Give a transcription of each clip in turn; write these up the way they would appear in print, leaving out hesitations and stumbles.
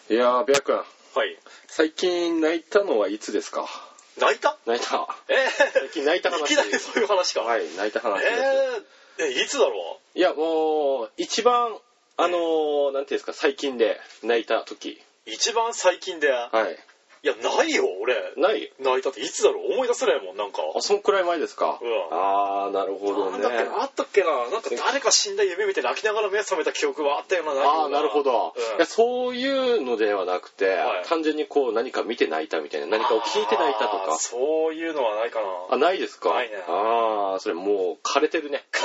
いやー、ベア君。 はい。 最近泣いたのはいつですか？ 泣いた？ 最近泣いた話。 いきなりそういう話か。 はい、泣いた話です。 いつだろう？いや、もう、一番、なんていうんですか、最近で泣いた時。 一番最近で。 はい。 いや、ないよ、俺。 ない？ 泣いたっていつだろう？思い出せないもん、なんか。 あ、そんくらい前ですか？ うん。 あー、なるほどね。 あったっけな。なんか誰か死んだ夢見て泣きながら目覚めた記憶はあったような。 あー、なるほど。いや、そういうのではなくて、単純にこう何か見て泣いたみたいな、何かを聞いて泣いたとか。 そういうのはないかな。 あ、ないですか？ ないね。 あー、それもう枯れてるね。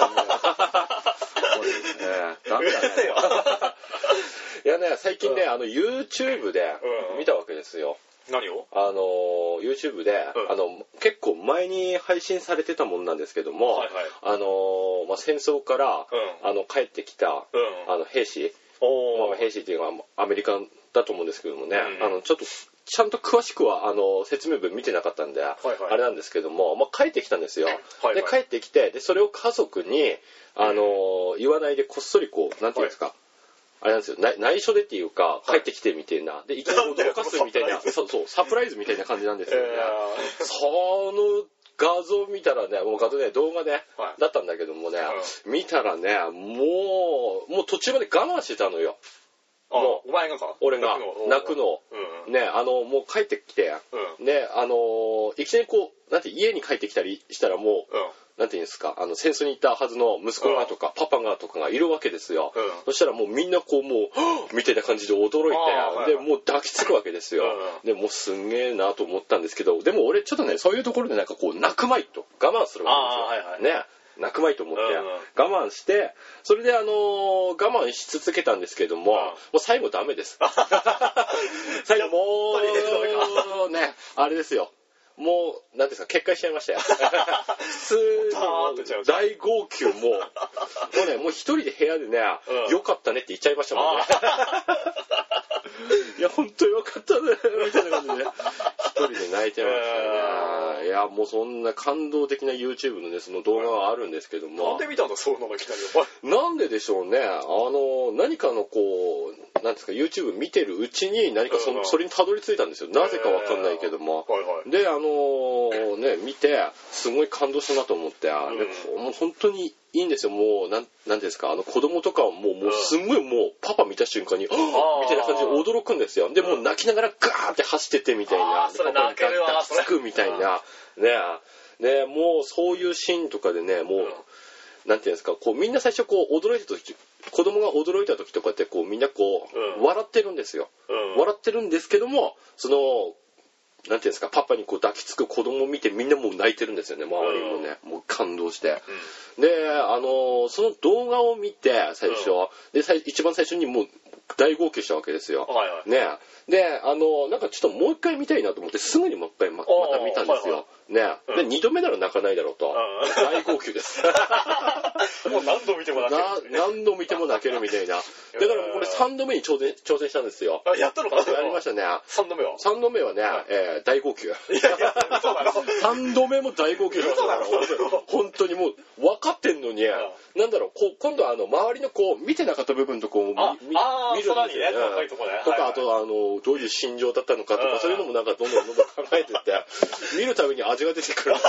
ダメだね。いやね、最近ね、YouTube で見たわけですよ。 何を ？YouTube で、結構前に配信されてたもんなんですけども、戦争から、帰ってきた、兵士、兵士っていうのはアメリカだと思うんですけどもね、ちょっと、ちゃんと詳しくは、説明文見てなかったんで、あれなんですけども、帰ってきたんですよ。で、帰ってきて、で、それを家族に、言わないでこっそりこう、なんていうんですか、あれなんですよ、内緒でっていうか、帰ってきてみたいな。で、いきなり驚かすみたいな、そう、サプライズみたいな感じなんですよね。その画像見たらね、もう画像ね、動画ね、だったんだけどもね、見たらね、もう途中まで我慢してたのよ。 もう、お前がか？ 俺が、泣くの。ね、もう帰ってきて、ね、いきなりこう、なんて家に帰ってきたりしたらもう、なんていうんですか、戦争に行ったはずの息子がとか、パパがとかがいるわけですよ。そしたらもうみんなこう、もう、みたいな感じで驚いて、で、もう抱きつくわけですよ。で、もうすんげえなと思ったんですけど、でも俺ちょっとね、そういうところでなんかこう、泣くまいと我慢するわけですよ。ね。泣くまいと思って我慢して、それで我慢し続けたんですけども、もう最後ダメです。最後もう、ね、あれですよ。もう、なんですか、決壊しちゃいましたよ。普通に大号泣もうね、もう一人で部屋でね、よかったねって言っちゃいましたもんね。いや、ほんとよかったね、みたいな感じでね。一人で泣いてましたね。いや、もうそんな感動的な YouTube のね、その動画があるんですけども。 なんで見たんだ、そういうのがいきなり。 なんででしょうね。何かのこう、なんですか、YouTube 見てるうちに何かそれにたどり着いたんですよ。なぜかわかんないけども。で、ね、見て、すごい感動したなと思って、もう本当にいいんですよ。もう、なんですか、子供とかはもうすんごいもう、パパ見た瞬間に、みたいな感じで驚くんですよ。で、もう泣きながらガーって走ってってみたいな。 それ泣けるわ、 抱きつくみたいな。ね、もうそういうシーンとかでね、もう、なんていうんですか、こう、みんな最初こう、驚いた時、子供が驚いた時とかってこう、みんなこう、笑ってるんですよ。笑ってるんですけども、なんていうんですか、パパにこう抱きつく子供を見てみんなもう泣いてるんですよね、周りもね。もう感動して。で、その動画を見て、最初。で、一番最初にもう大号泣したわけですよ。ね。で、なんかちょっともう一回見たいなと思って、すぐにもう一回また見たんですよ。ね。で、二度目なら泣かないだろうと。大号泣です。 もう何度見ても泣ける。 何度見ても泣けるみたいな。だからこれ3度目に挑戦したんですよ。 やったのかな？ やりましたね。 3度目は ?3 度目はね、大号泣。3度目も大号泣しましたから、本当にもう分かってんのに、なんだろう、今度周りのこう、見てなかった部分とこう、見るんですよ。とか、あとどういう心情だったのかとか、そういうのもなんかどんどん考えてって、見るたびに味が出てくる。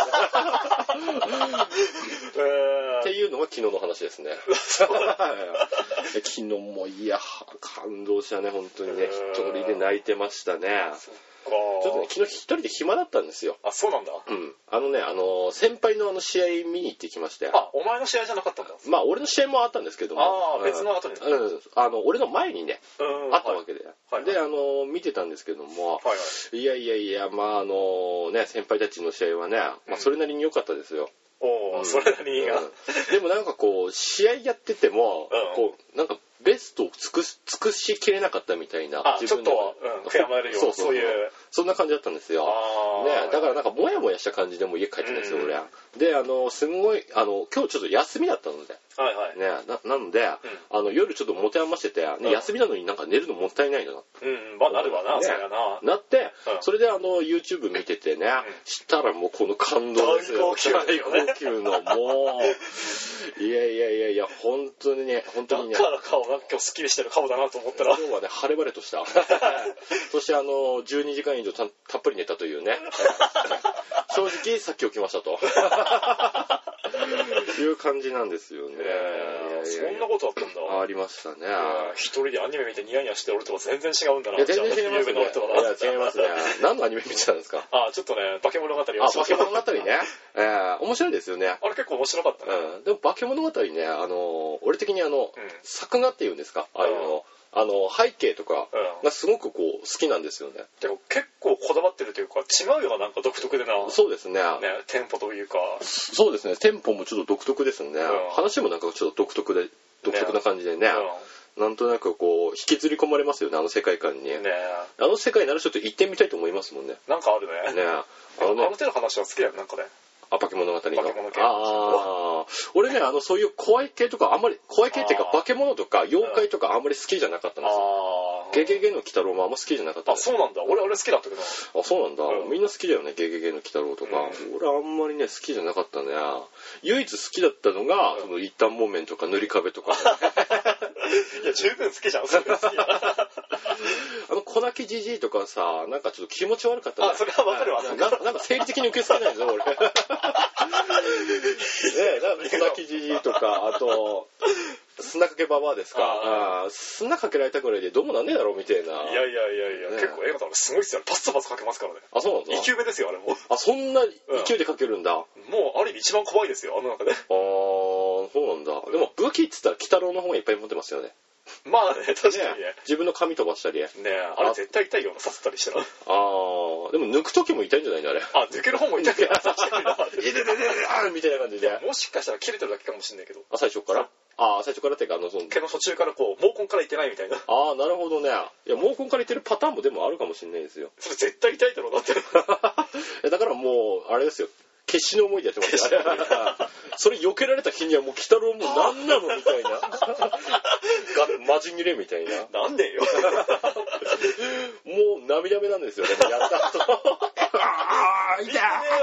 っていうのが昨日の話ですね。昨日もいや、感動したね、本当にね。一人で泣いてましたね。ちょっとね、昨日一人で暇だったんですよ。 あ、そうなんだ。 うん。先輩の試合見に行ってきまして。 あ、お前の試合じゃなかったんだ。 まあ、俺の試合もあったんですけども。 別の後に。 俺の前にね、あったわけで。で、見てたんですけども、いや、まあ、ね、先輩たちの試合はね、まあ、それなりに良かったですよ。 それなりにでもなんかこう、試合やってても、こう、なんか、ベストを尽くしきれなかったみたいな。 ちょっと、悔やまれるような、そういう。 そんな感じだったんですよ。ね、だからなんか、もやもやした感じでもう家帰ってたんですよ、俺。で、すごい、今日ちょっと休みだったので。ね、なので、夜ちょっと持て余してて、休みなのになんか寝るのもったいないな。 まあなるわな、そうやな。 なって、それでYouTube 見ててね、したらもうこの感動ですよ。大号泣の、もう、いや、本当にね、 だからかおなんか今日スッキリしてる顔だなと思ったら今日はね晴れ晴れとしたそして12時間以上たっぷり寝たというね正直さっき起きましたという感じなんですよね。 そんなことあったんだ。 ありましたね。 一人でアニメ見てニヤニヤして俺とは全然違うんだな。 いや全然違いますね。いや違いますね。何のアニメ見てたんですか？ ちょっとね化け物語を。 化け物語ね。面白いですよね。 あれ結構面白かったね。 でも化け物語ね俺的に作画っていうんですか、背景とかがすごくこう好きなんですよね。 でも結構こだわってるというか違うよな、なんか独特でな。 そうですね。 テンポというか。 そうですね。テンポもちょっと独特ですね。話もなんかちょっと独特な感じでね。なんとなくこう引きずり込まれますよね、あの世界観に。あの世界ならちょっと行ってみたいと思いますもんね。 なんかあるね。あの手の話は好きだよなんかね。 化け物語の。俺ねそういう怖い系とかあんまり怖い系っていうか化け物とか妖怪とかあんまり好きじゃなかったんですよ。ゲゲゲの鬼太郎もあんま好きじゃなかった。 そうなんだ。俺好きだったけど。 そうなんだ。みんな好きだよね、ゲゲゲの鬼太郎とか。俺あんまりね好きじゃなかったね。唯一好きだったのがその一反木綿とか塗り壁とか。 いや十分好きじゃん。 粉木じじいとかさ、なんかちょっと気持ち悪かったね。 それはわかるわ。 なんか生理的に受け付けないぞ俺。粉木じじいとか、あと砂かけババアですか。砂かけられたくらいでどうもなんねえだろみたいな。 いや、結構映画だからすごいっすよ。パッサパサかけますからね。 そうなんだ。 2級目ですよあれも。 そんな勢いでかけるんだ。 もうある意味一番怖いですよあの中で。 そうなんだ。でも武器っつったら鬼太郎の方がいっぱい持ってますよね。 まあね、確かにね。 自分の髪飛ばしたり。 あれ絶対痛いようなさせたりしたら。 でも抜く時も痛いんじゃないんだあれ。 抜ける方も痛いけど。 みたいな感じで。 もしかしたら切れてるだけかもしれないけど。 最初から？最初からっていうか毛の途中からこう毛根からいってないみたいな。 なるほどね。いや毛根からいってるパターンもでもあるかもしれないですよ。 それ絶対痛いだろうなって。 だからもうあれですよ。決死の思いでやってますよ。それ避けられた日にはもう鬼太郎もう何なのみたいな。マジ切れみたいな。 なんでよ。 もう涙目なんですよね。やった後。痛い。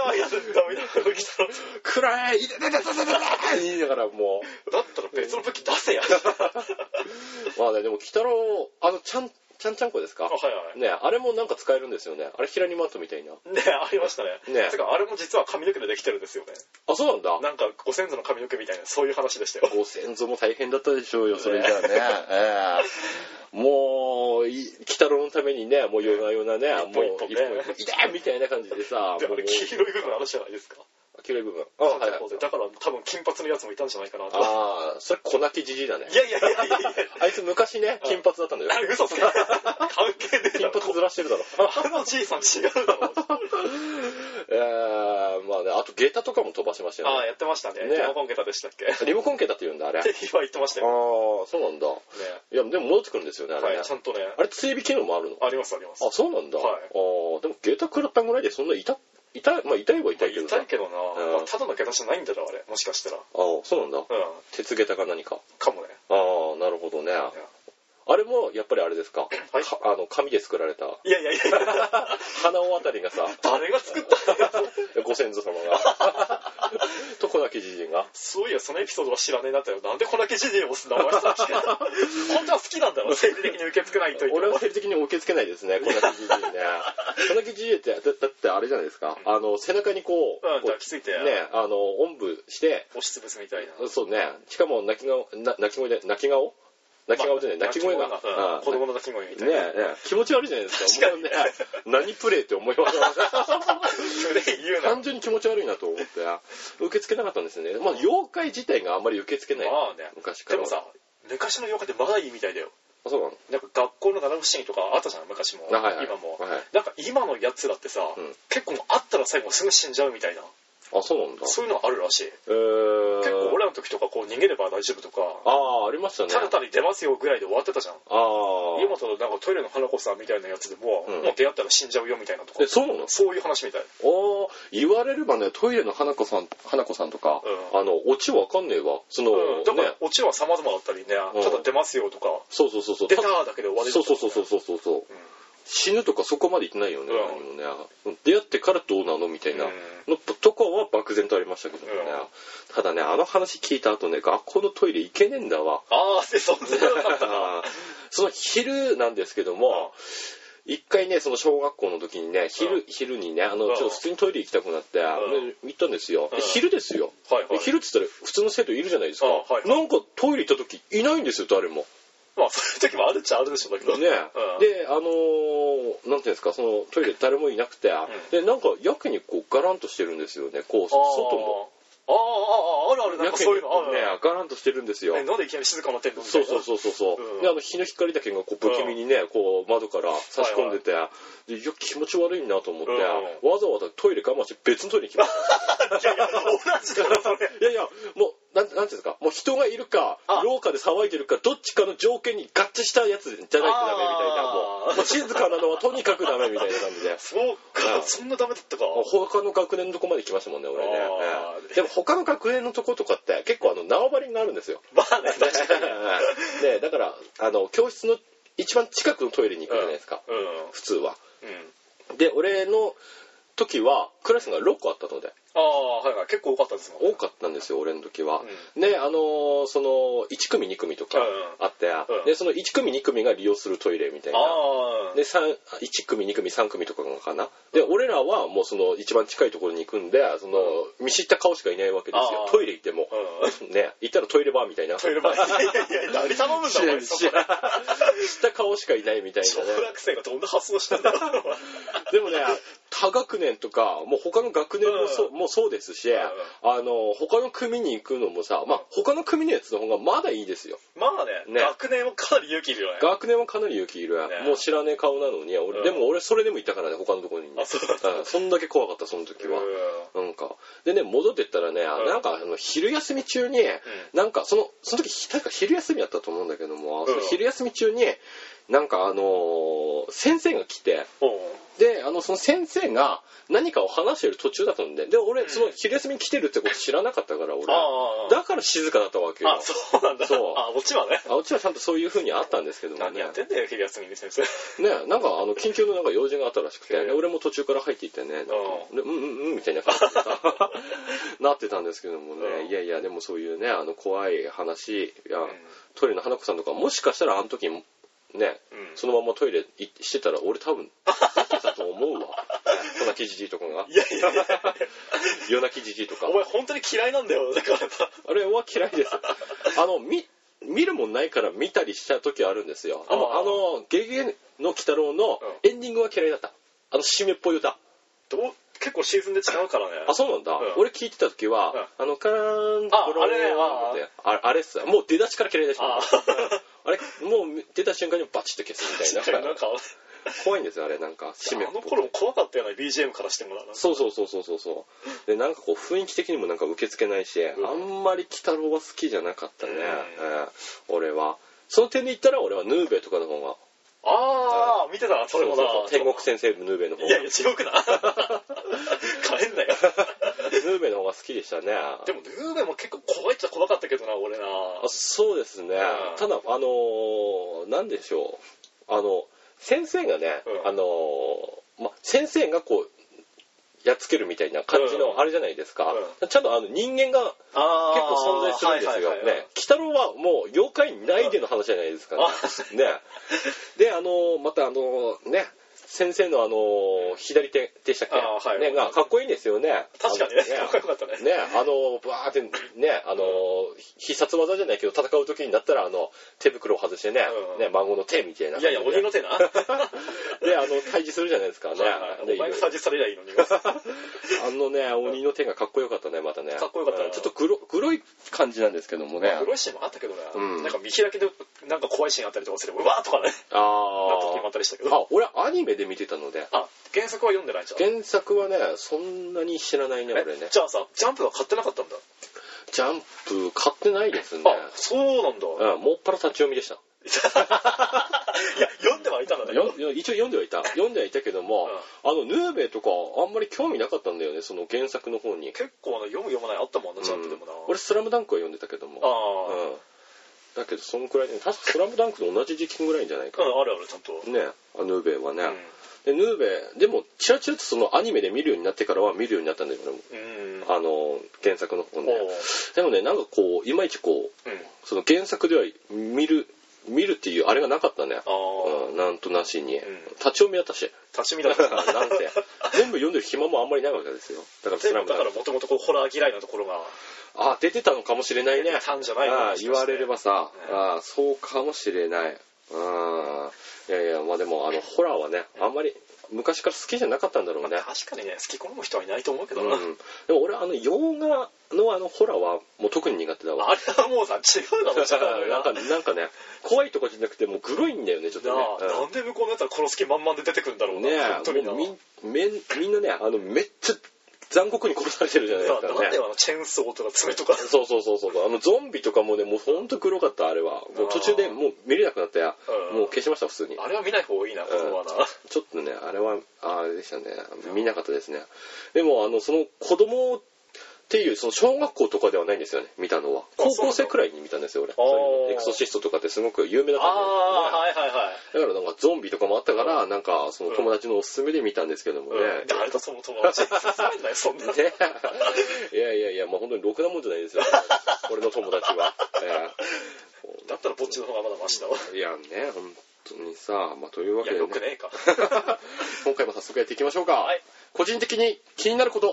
暗い。言いながらもう。 だったら別の武器出せや。 まあねでも鬼太郎ちゃんちゃんこですか？ねあれもなんか使えるんですよね。あれヒラニマットみたいな。 ありましたね。てかあれも実は髪の毛でできてるんですよね。 そうなんだ。 なんかご先祖の髪の毛みたいなそういう話でしたよ。 ご先祖も大変だったでしょうよそれじゃあね。もう鬼太郎のためにねもう夜な夜なねもう一本痛いみたいな感じでさ。 であれ黄色い部分あるじゃないですか。 黄色い部分。 だから多分金髪のやつもいたんじゃないかなと。 それ粉木じじいだね。 いやあいつ昔ね金髪だったんだよ。 嘘つけ。関係ねえだろ。 金髪ずらしてるだろ。 あのじいさん違うだろ。 まあねあと下駄とかも飛ばしましたよね。 やってましたね。リモコン下駄でしたっけ？ リモコン下駄って言うんだあれ。 今言ってましたよ。 そうなんだ。いやでも戻ってくるんですよねあれね。 ちゃんとね。 あれ追尾機能もあるの？ あります。 そうなんだ。でも下駄食らったぐらいでそんな痛いは痛いけどさ。 痛いけどな。ただの下駄じゃないんだろあれもしかしたら。 そうなんだ。鉄下駄か何か。 かもね。 なるほどね。あれもやっぱりあれですか。紙で作られた。 いや。 鼻緒あたりがさ。 誰が作ったご先祖様が。と粉木じじいが。 そういやそのエピソードは知らねえなったよ。なんで粉木じじいを名前さ本当は好きなんだろう。生理的に受け付けないという。 俺は生理的に受け付けないですね粉木じじいね。粉木じじいってだってあれじゃないですか。背中にこう抱きついてねおんぶして押しつぶすみたいな。 そうね。しかも泣き顔でね泣き声が子供の泣き声みたいな。 ね気持ち悪いじゃないですか。何プレイって思いました。単純に気持ち悪いなと思って受け付けなかったんですよね。妖怪自体があんまり受け付けない。昔から。 でもさ昔の妖怪ってまだいいみたいだよ。 そうなの？ なんか学校の七不思議とかあったじゃん昔も今も。なんか今のやつだってさ結構あったら最後すぐ死んじゃうみたいな。 そうなんだ。 そういうのあるらしい。結構俺らの時とかこう逃げれば大丈夫とか。 ありましたね。 ただ単に出ますよぐらいで終わってたじゃん。今となんかトイレの花子さんみたいなやつでも、もう出会ったら死んじゃうよみたいなとか。 そうなの？ そういう話みたい。 言われればねトイレの花子さんとか、オチわかんねえわ。 だからオチは様々だったりね、ただ出ますよとか。 そう。 出ただけで終わりだとか。 そう。 死ぬとかそこまで言ってないよね。出会ってからどうなのみたいなのとかは漠然とありましたけどもね。ただね、あの話聞いた後ね、学校のトイレ行けねえんだわ。 そんなよかったな。 その昼なんですけども、一回ね、その小学校の時にね、昼にね、ちょっと普通にトイレ行きたくなって、行ったんですよ。昼ですよ。昼って言ったら普通の生徒いるじゃないですか。なんかトイレ行った時いないんですよ、誰も。 まあ、そういう時もあるっちゃあるでしょうけど。 ね。で、なんていうんですか、そのトイレ誰もいなくて、で、なんかやけにこうガランとしてるんですよね、こう、外も。ある、なんかそういうのあるね。ガランとしてるんですよ。 なんでいきなり静かになってんの？ そう。で、日の光だけがこう不気味にね、こう窓から差し込んでて、で、いや、気持ち悪いなと思って、わざわざトイレ我慢して別のトイレに行きました。 いや、同じだろ、それ。 いや、もう、なんていうんですか、もう人がいるか、廊下で騒いでるか、どっちかの条件に合致したやつじゃないとダメみたいな、もう静かなのはとにかくダメみたいな感じで。 そうか、そんなダメだったか。 他の学年のとこまで来ましたもんね、俺ね。でも他の学年のとことかって結構縄張りがあるんですよ。 まあね、確かに。 で、だから、教室の一番近くのトイレに行くじゃないですか。普通は。で、俺の時は、クラスが6個あったので。 結構多かったですもん。 多かったんですよ、俺の時は。で、その、1組2組とかあって、で、その1組2組が利用するトイレみたいな。で、1組2組3組とかかな。で、俺らはもうその一番近いところに行くんで、その、見知った顔しかいないわけですよ。トイレ行っても。ね、行ったらトイレバーみたいな。 トイレバー。いや、何頼むんだ、お前。 知った顔しかいないみたいな。 小学生がどんな発想したんだろう。 でもね、他学年とか、もう他の学年もそうですし、他の組に行くのもさ、まあ他の組のやつの方がまだいいですよ。 まあね、学年もかなり勇気いるよね。 学年もかなり勇気いる。もう知らねえ顔なのに、でも俺それでもいたからね、他のところに。そんだけ怖かった、その時は。なんか。でね、戻ってったらね、なんか昼休み中に、なんかその時、確か昼休みだったと思うんだけども、昼休み中に、なんか先生が来て、で、その先生が何かを話してる途中だったんで、で、俺、その昼休みに来てるってこと知らなかったから、俺。だから静かだったわけよ。 そうなんだ。そう。オチはね。 オチはちゃんとそういう風にあったんですけどもね。 何やってんだよ、昼休みに先生。 ね、なんか緊急のなんか用事があったらしくて、俺も途中から入っていってね、みたいな感じでさ、なってたんですけどもね、いや、でもそういうね、怖い話、トイレの花子さんとか、もしかしたらあの時、ね、そのままトイレしてたら俺多分できたと思うわ。こんなキジジとかが。 いや。 夜泣きジジとか。 お前本当に嫌いなんだよ。だからあれは嫌いです。見るもんないから見たりした時あるんですよ。ゲゲゲの鬼太郎のエンディングは嫌いだった。締めっぽい歌。 結構シーズンで違うからね。 そうなんだ。俺聞いてた時は、カーンところあれっす。もう出だしから嫌いでした。あれ、もう出た瞬間にバチッと消すみたいな。なんか怖いんですよ、あれ、なんか。 あの頃も怖かったよね、BGM からしてもらう。 そう。で、なんかこう、雰囲気的にもなんか受け付けないし、あんまり鬼太郎は好きじゃなかったね、俺は。その点で言ったら、俺はヌーベとかの方が。 見てたな、それもな。 天国先生のヌーベの方が。 いや、違くな。変えんなよ。 ヌーベの方が好きでしたね。 でも、ヌーベも結構怖いっちゃ怖かったけどな、俺な。 そうですね。ただ、なんでしょう。先生がね、先生がこう、やっつけるみたいな感じのあれじゃないですか。ちゃんと人間が結構存在するんですよ。ね。鬼太郎はもう妖怪ないでの話じゃないですかね。で、またね、先生の左手でしたっけ、ね、がかっこいいんですよね。 確かにね。かっこよかったね。 ね、バーってね、必殺技じゃないけど戦う時になったら手袋を外してね、孫の手みたいな。 いや、鬼の手な。 で、退治するじゃないですかね。 お前が退治されりゃいいのに。 鬼の手がかっこよかったね、またね。 かっこよかったね。 ちょっと黒い感じなんですけどもね。 黒いシーンもあったけどね。なんか見開きでなんか怖いシーンあったりとかすれば、うわーとかね。なった時もあったりしたけど。 俺アニメで見てたので。 原作は読んでないじゃん。 原作はね、そんなに知らないね、俺ね。 じゃあさ、ジャンプは買ってなかったんだ。 ジャンプ買ってないですね。 そうなんだ。 もっぱら立ち読みでした。 いや、読んではいたんだね。 一応読んではいた。読んではいたけども、ヌーベとかあんまり興味なかったんだよね、その原作の方に。 結構読む読まないあったもんな、ジャンプでもな。 俺スラムダンクは読んでたけども。 だけどそのくらいで、確かスラムダンクと同じ時期ぐらいじゃないかな。 あるちゃんとね、ヌーベはね、でヌーベでもチラチラとそのアニメで見るようになってからは見るようになったんだよね。原作の方ね。でもね、なんかこういまいちこう、その原作では見るっていうあれがなかったね。なんとなしに、立ち読みだったし。 立ち読みだったなんて全部読んでる暇もあんまりないわけですよ。 だからもともとホラー嫌いなところが出てたのかもしれないね。言われればさ、そうかもしれない。いやまあでもホラーはね、あんまり昔から好きじゃなかったんだろうね。 確かにね、好き好む人はいないと思うけどな。 でも俺洋画のホラーはもう特に苦手だわ。 あれはもうさ、違うだろなんかね、怖いとかじゃなくてもうグロいんだよね、ちょっとね。 なんで向こうのやつは殺す気満々で出てくるんだろうな。 ね、本当にな。みんなね、めっちゃ残酷に殺されてるじゃないですかね。 なんでチェーンソーとか爪とか。 そう。ゾンビとかもね、もうほんとグロかった、あれは。もう途中でもう見れなくなったや。もう消しました、普通に。 あれは見ない方がいいな、子供はな。 ちょっとね、あれは、あれでしたね。見なかったですね。でも、その子供っていう、その小学校とかではないんですよね、見たのは。高校生くらいに見たんですよ、俺。エクソシストとかってすごく有名だったんで。 はい。 だからなんかゾンビとかもあったから、なんかその友達のおすすめで見たんですけどもね。 誰とその友達勧めんなよ、そんな。 いや、まあ本当にろくなもんじゃないですよ。俺の友達は。 だったらぼっちの方がまだマシだわ。 いやね、本当にさ、まあというわけで、 よくねえか。 今回も早速やっていきましょうか。個人的に気になること。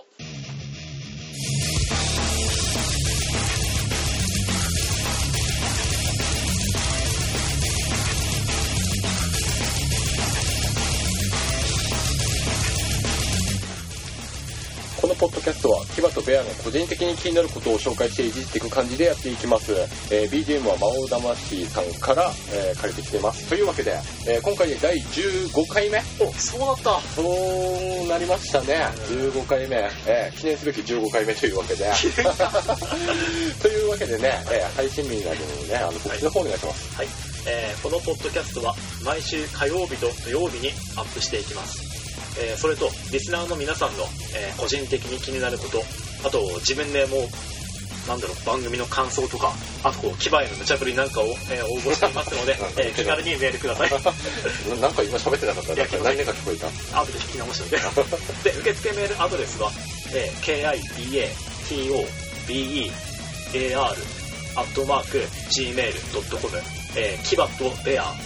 このポッドキャストはキバとベアが個人的に気になることを紹介していじっていく感じでやっていきます。BGM は魔王魂さんから、借りてきています。というわけで、今回で第15回目。 そうなった。 そうなりましたね。15回目、記念すべき15回目というわけでというわけでね、配信日になるのでね、告知の方お願いします。 はい。このポッドキャストは毎週火曜日と土曜日にアップしていきます。それとリスナーの皆さんの、個人的に気になること、あと自分でもう番組の感想とか、あとキバへの無茶ぶりなんかを、応募していますので、気軽にメールください。 なんか今喋ってなかった。何年か聞こえた。 後で聞き直しておいて。で、受付メールアドレスは、kibabear@gmail.com、キバとベア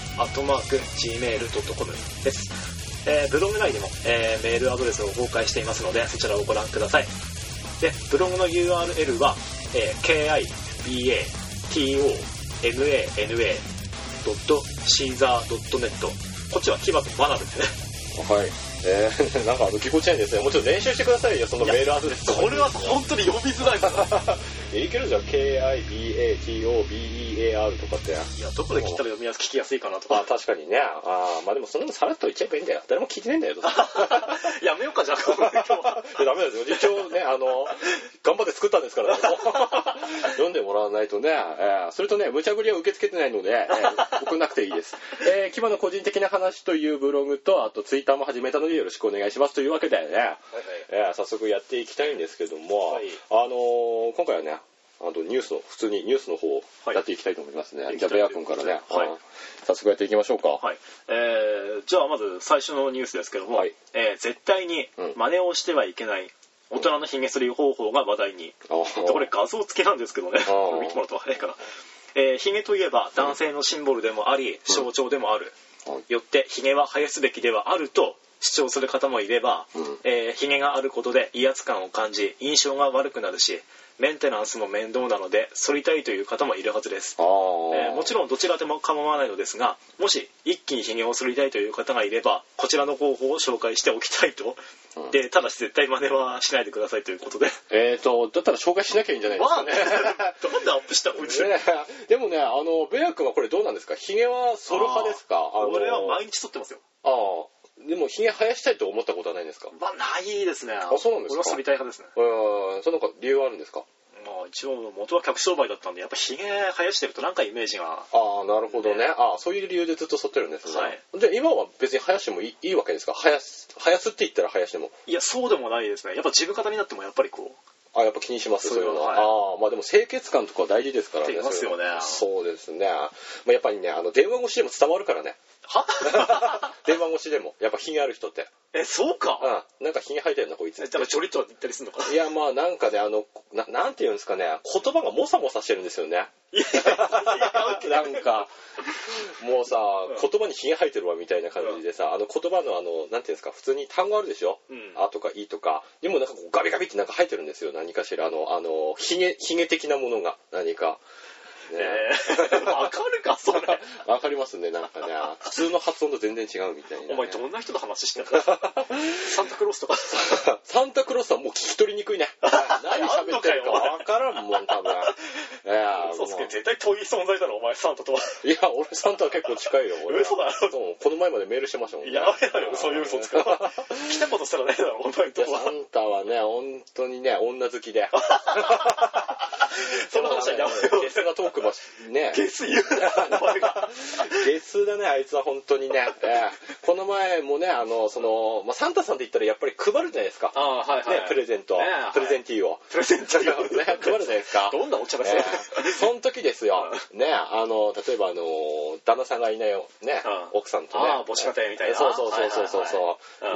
@gmail.com です。ブログ内でも、メールアドレスを公開していますので、そちらをご覧ください。で、ブログの URL は、kibatomana.caesar.net。 こっちはキバとマナですね。 はい。なんかぎこちないですね。もうちょっと練習してくださいよ、そのメールアドレスとか。 これは本当に呼びづらいから。 いけるじゃん、KIBATOBEAR とかって。 いや、どこで聞いたら聞きやすいかなとか。 確かにね。まあでもそんなのさらっと言っちゃえばいいんだよ。誰も聞いてねえんだよ。 やめようか、じゃあ、今日は。 ダメですよ。一応ね、頑張って作ったんですから、読んでもらわないとね。それとね、無茶ぶりは受け付けてないので、送んなくていいです。キバの個人的な話というブログと、あとツイッターも始めたのでよろしくお願いしますというわけでね、早速やっていきたいんですけども、今回はね、普通にニュースの方をやっていきたいと思いますね。じゃあベア君からね、早速やっていきましょうか。 はい。じゃあまず最初のニュースですけども、絶対に真似をしてはいけない大人のひげ剃り方法が話題に。これ画像付きなんですけどね、見てもらうと早いかな。ひげといえば男性のシンボルでもあり、象徴でもある。よってひげは生やすべきではあると主張する方もいれば、ひげがあることで威圧感を感じ印象が悪くなるし、メンテナンスも面倒なので剃りたいという方もいるはずです。もちろんどちらでも構わないのですが、もし一気にひげを剃りたいという方がいればこちらの方法を紹介しておきたいと、でただし絶対真似はしないでくださいということで。だったら紹介しなきゃいいんじゃないですかね。 なんでアップしたのうち、 でもね、ベア君はこれどうなんですか？ひげは剃る派ですか？ 俺は毎日剃ってますよ。 でもひげ生やしたいと思ったことはないんですか？ ないですね。 そうなんですか？ 俺は剃りたい派ですね。 そのなんか理由はあるんですか？ 一応元は客商売だったんで、やっぱひげ生やしてるとなんかイメージが。 なるほどね。そういう理由でずっと剃ってるんですね。で今は別に生やしてもいいわけですか？生やすって言ったら生やしても。 いや、そうでもないですね。やっぱ自分方になってもやっぱりこうあ、やっぱ気にします、そういうのは。まあでも清潔感とか大事ですからね。 言いますよね。 そうですね。まあやっぱりね、電話越しでも伝わるからね。は電話越しでも。やっぱひげある人って。 そうか。 なんかひげ生えてるな、こいつ。 だからちょりっとは言ったりするのかな。 いや、まあなんかね、なんていうんですかね、言葉がもさもさしてるんですよね。なんか、もうさ、言葉にひげ生えてるわみたいな感じでさ、言葉のなんていうんですか、普通に単語あるでしょ、あとかいとか。でもなんかこうガビガビってなんか生えてるんですよ、何かしら。ひげ的なものが、何か。 わかるか、それ。 わかりますね、なんかね。普通の発音と全然違うみたいな、 お前どんな人と話してんの？サンタクロースとか。 サンタクロースはもう聞き取りにくいね。何喋ってるかわからんもん、多分。 そうっすね、絶対遠い存在だろ、お前、サンタとは。 いや、俺サンタは結構近いよ、俺。 嘘だろ。 この前までメールしてましたもんね。 やめろよ、そういう嘘つか。来たことすらないだろ、お前とは。 サンタはね、本当にね、女好きで。 その話はやめろ。 ゲスがトークばし、ね。 ゲス言うな、お前が。 ゲスだね、あいつは本当にね。この前もね、サンタさんって言ったらやっぱり配るじゃないですか。ね、プレゼント。プレゼンティーを。 プレゼンティーをね、配るじゃないですか。 どんなお茶ですか？ その時ですよ。ね、例えば旦那さんがいないよ。ね、奥さんとね。 母子家庭みたいな。 そう。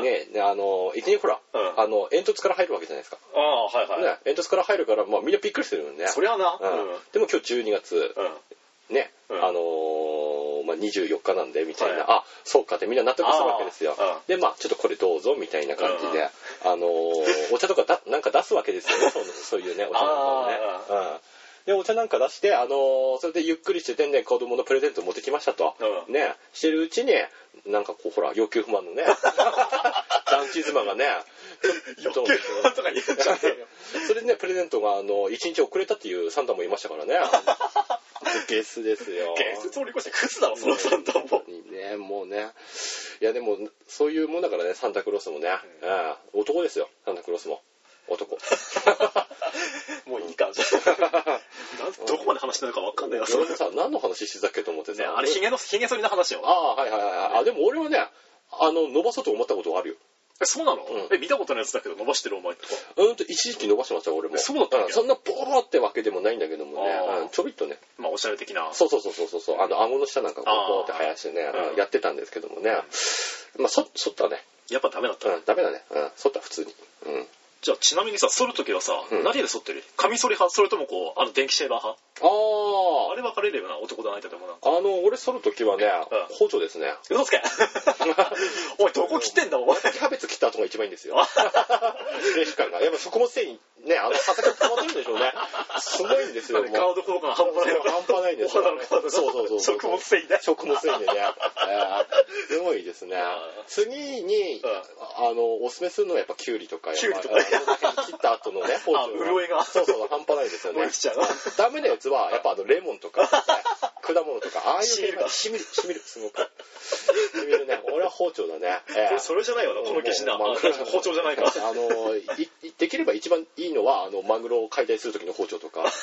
ね、いきなりほら、煙突から入るわけじゃないですか。ね、煙突から入るから、まあみんなびっくりしてるよね。 そりゃな。 でも今日12月、ね、24日なんで、みたいな、あ、そうかってみんな納得するわけですよ。で、まあちょっとこれどうぞ、みたいな感じで、お茶とかなんか出すわけですよね、そういうね、お茶とかをね。で、お茶なんか出して、それでゆっくりしててね、子供のプレゼント持ってきましたと。ね、してるうちに、なんかこう、ほら、要求不満のね、団地妻がね、 要求不満とか言っちゃってよ。 それでね、プレゼントが、1日遅れたっていうサンタもいましたからね。ゲスですよ。 ゲス通り越してクズだろ、そのサンタも。 ね、もうね。いや、でも、そういうもんだからね、サンタクロースもね。男ですよ、サンタクロースも。男。 もういいか、じゃあ。どこまで話してるのか分かんないよ。 俺もさ、何の話してたっけと思ってさ。 あれ、ひげ剃りの話よ。 でも俺はね、伸ばそうと思ったことあるよ。 そうなの？見たことないやつだけど伸ばしてるお前とか。 一時期伸ばしてました、俺も。 そうだったっけ？ そんなボーってわけでもないんだけどもね。ちょびっとね。 まあ、おしゃれ的な。 そう。顎の下なんかボーって生やしてね、やってたんですけどもね。まあ、剃ったね。 やっぱダメだった。 ダメだね。剃った、普通に。 じゃあちなみにさ、剃るときはさ、何で剃ってる？カミソリ派？それともこう、電気シェーバー派？あれ分かれるよな、男だないとでもな。 俺剃るときはね、包丁ですね。 嘘つけおい、どこ切ってんだお前。 キャベツ切った後が一番いいんですよ。フレッシュ感が。やっぱ食物繊維、ね、刃先が溜まってるんでしょうね。すごいんですよ。 カード効果が半端ない。 半端ないんですよ。そう。 食物繊維ね。 食物繊維でね。すごいですね。次に、おすすめするのはやっぱキュウリとか。 キュウリとか。 切った後のね、包丁。 潤いが。 そう、半端ないですよね。ダメなやつは、やっぱレモンとか、果物とか、ああいう系がしみる、すごく。しみるね。俺は包丁だね。 それじゃないよな、この記事な。包丁じゃないか。 できれば一番いいのは、マグロを解体する時の包丁とか。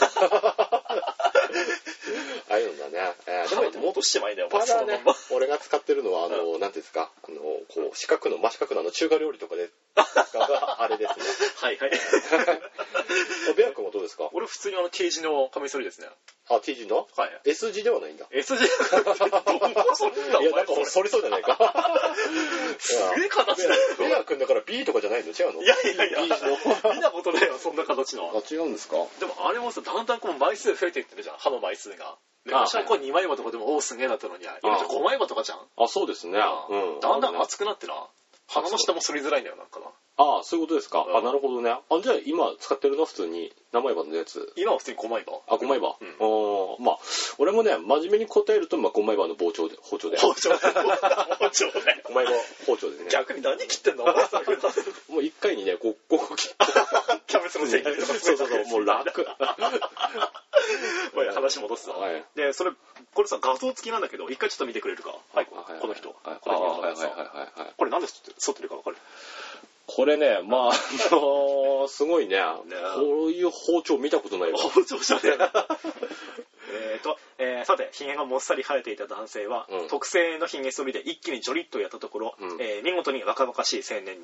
ああいうのだね。 でも、もっとしてまいんだよ、 ただね、俺が使ってるのは、なんていうんですか、こう、四角の、真四角の中華料理とかで使うあれですね。 はい。 ベア君はどうですか？ 俺普通にT 字のカミソリですね。 T 字の？ はい。 S 字ではないんだ。 S 字いや、 なんか反りそうじゃないか。 すげえ形だよ。 ベア君だから B とかじゃないの？違うの？ いや。見たことないよ、そんな形の。 違うんですか？ でもあれもさ、だんだんこう枚数増えていってるじゃん、刃の枚数が。昔はこう2枚刃とかでも、すげえだったのに、今じゃ5枚刃とかじゃん。 そうですね。 だんだん厚くなってな。鼻の下も反りづらいんだよ、なんかな。 そういうことですか。なるほどね。じゃあ今使ってるのは普通に何枚刃のやつ？ 今は普通に5枚刃。 5枚刃。まあ、俺もね、真面目に答えると、5枚刃の包丁で。 包丁ね。5 枚刃包丁でね。 逆に何切ってんの？もう1回にね、5個切って。 キャベツの繊維とか。 そう、もう楽。 話戻すぞ。で、これさ、画像付きなんだけど、一回ちょっと見てくれるか？はい、この人。これなんで剃ってるか分かる？ これね、まあ、すごいね。こういう包丁見たことないわ。 包丁じゃねえ。さて、ひげがもっさり生えていた男性は、特製のひげ剃りで一気にジョリッとやったところ、見事に若々しい青年に。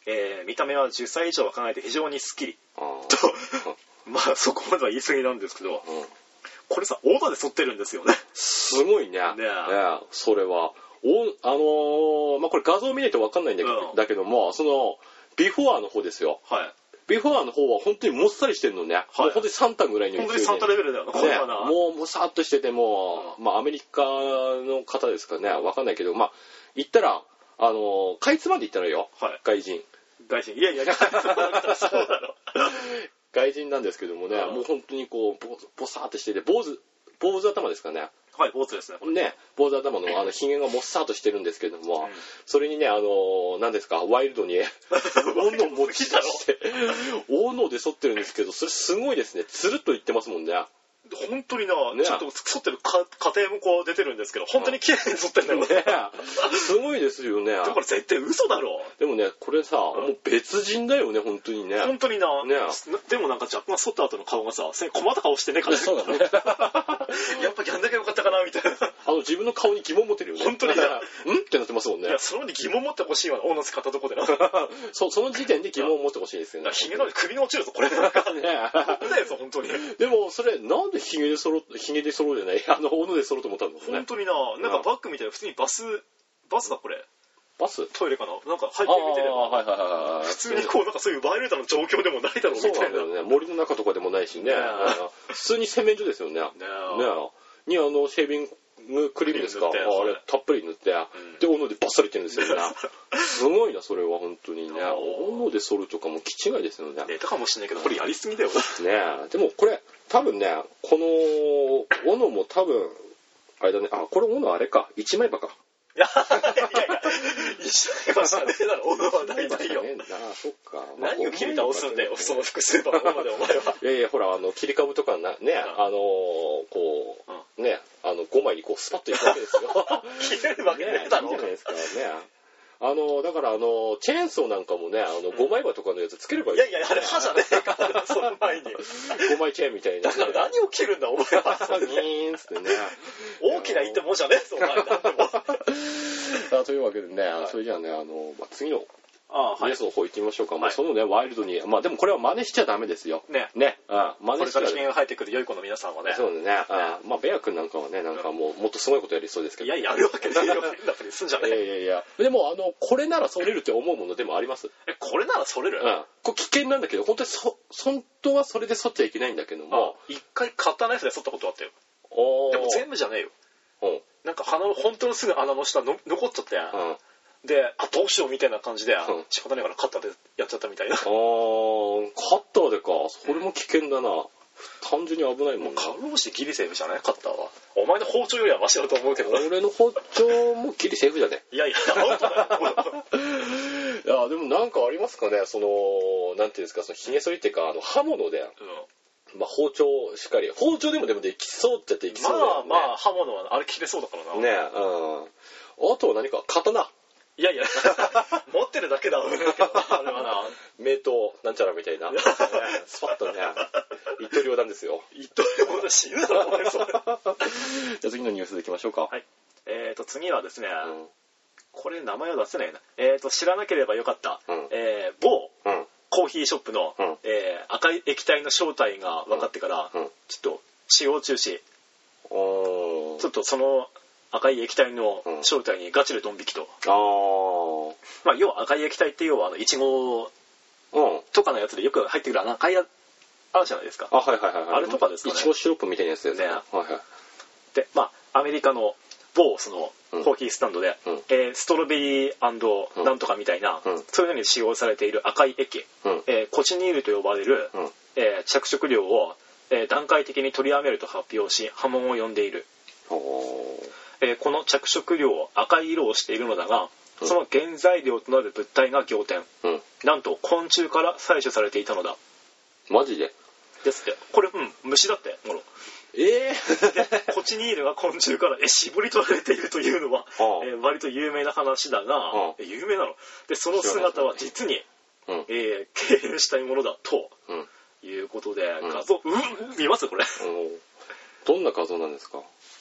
見た目は10歳以上は考えて非常にスッキリとまあそこまでは言い過ぎなんですけど、これさオーダーで剃ってるんですよね。 すごいね。それはまあこれ画像を見ないと分かんないんだけども、そのビフォアの方ですよ。ビフォアの方は本当にもっさりしてるのね。もう本当にサンタぐらいの勢いで。 本当にサンタレベルだよな。これはな。 もうさっとしてても、まあアメリカの方ですかね、分かんないけど、まあ言ったらかいつまで言ったらよ、外人。 いやそうだろ。 外人なんですけどもね、もう本当にこうボサーっとしてて、坊主頭ですかね。 はい坊主ですね。 ね、坊主頭のひげがもっさーっとしてるんですけども、それにね何ですかワイルドに斧を持ち出して斧で剃ってるんですけど、それすごいですね。つるっといってますもんね。 本当にな、ちょっと剃ってる過程もこう出てるんですけど、本当に綺麗に剃ってるんだよね。 すごいですよね。 だから絶対嘘だろ。 でもね、これさ、もう別人だよね、本当にね。 本当にな。でもなんか若干剃った後の顔がさ、困った顔してね、 そうだね。 やっぱやんなきゃよかったかなみたいな。 自分の顔に疑問持ってるよね。 本当にな。 ってなってますもんね。 いや、そのに疑問持ってほしいわ、大野使ったとこでな。 その時点で疑問を持ってほしいですよね。 ひげの首に落ちるぞ、これ。ね。本当だよ、本当に。 でもそれなんでひげで剃ろうじゃない、斧で剃ろうと思ったんだもんね。 本当にな、なんかバッグみたいな普通にバスだこれ。 バス？ トイレかな、なんか背景見てれば、普通にこうなんかそういうバイオレーターの状況でもないだろうみたいな。 そうなんだよね。森の中とかでもないしね。普通に洗面所ですよね。にシェービングクリームですか。あれたっぷり塗って、で斧でバッサリいってるんですよね。すごいなそれは本当にね。斧で剃るとかも気違いですよね。 ネタかもしれないけどこれやりすぎだよね。でもこれ多分ね、この斧も多分あれだね。これ斧あれか、一枚刃か。 いや一枚刃じゃねえだろ、斧は大体よ。 そっか。 何を切り倒すんだよ、その複数刃までお前は。 いやほら切り株とかね、こうね5枚にこうスパッといくわけですよ。 切れるわけねえだろ。 いいじゃないですかね。だからチェーンソーなんかもね5枚刃とかのやつつければいい。 いやあれ刃じゃねえからその前に 5枚チェーンみたいな。 だから何を切るんだお前は。 ギーンつってね。 大きな一手もんじゃねえぞお前なんでも。 というわけでね、それじゃあね次のニュースの方行ってみましょうか。そのねワイルドに、まあでもこれは真似しちゃダメですよ。 ね。 真似しちゃ。 これからひげが生えてくる良い子の皆さんはね。 そうね。まあベア君なんかはね、なんかもっとすごいことやりそうですけど。 いややるわけねえよ。変なふりすんじゃねえ。 いや。でもこれなら剃れるって思うものでもあります。 これなら剃れる？ これ危険なんだけど、本当はそれで剃っちゃいけないんだけども。 一回カッターナイフで剃ったことあったよ。でも全部じゃねえよ。なんか鼻の本当のすぐ穴の下残っちゃって。で、どうしようみたいな感じで、仕方ないからカッターでやっちゃったみたいな。カッターでか。それも危険だな。単純に危ないもんね。 かろうじてギリセーフじゃないカッターは。お前の包丁よりはマシだと思うけど。 俺の包丁もギリセーフじゃね。 いや、アウトだよ。 いや、でもなんかありますかね、なんていうんですか、ひげ剃りっていうか、刃物で。まあ包丁しっかり。包丁でもできそうっちゃっていきそうだよね。 まあ、刃物はあれ切れそうだからな。 ねあとは何か刀。 いや持ってるだけだ。あれはな。 名刀なんちゃらみたいな。スパッとね。一刀両断ですよ。 一刀両断死ぬだろ、お前それ。じゃあ次のニュースでいきましょうか。 はい。次はですね、これ名前を出せないな。知らなければよかった。某コーヒーショップの赤い液体の正体が分かってから、ちょっと使用中止。ちょっとその赤い液体の正体にガチでドン引きと。まあ要は赤い液体って要はイチゴとかのやつでよく入ってくる赤いあるじゃないですか。あれとかですかね。 イチゴシロップみたいなやつですね。 で、まあアメリカの某そのコーヒースタンドで、ストロベリー&なんとかみたいな、そういうのに使用されている赤い液、コチニールと呼ばれる、着色料を、段階的に取りやめると発表し波紋を呼んでいる。この着色料赤い色をしているのだが、その原材料となる物体が仰天、なんと昆虫から採取されていたのだ。 マジでですって。これ虫だってもろ。でコチニールが昆虫から絞り取られているというのは、割と有名な話だが、有名なので、その姿は実に、敬遠したいものだと、いうことで、画像見ますこれ。 どんな画像なんですか？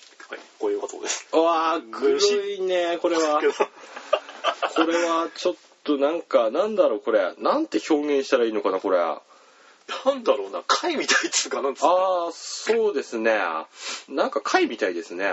こういう画像です。 うわー、黒いねこれは。これはちょっとなんか、なんだろうこれ。なんて表現したらいいのかな、これ。 なんだろうな、貝みたいっつうかなんつうああ、そうですね。なんか貝みたいですね。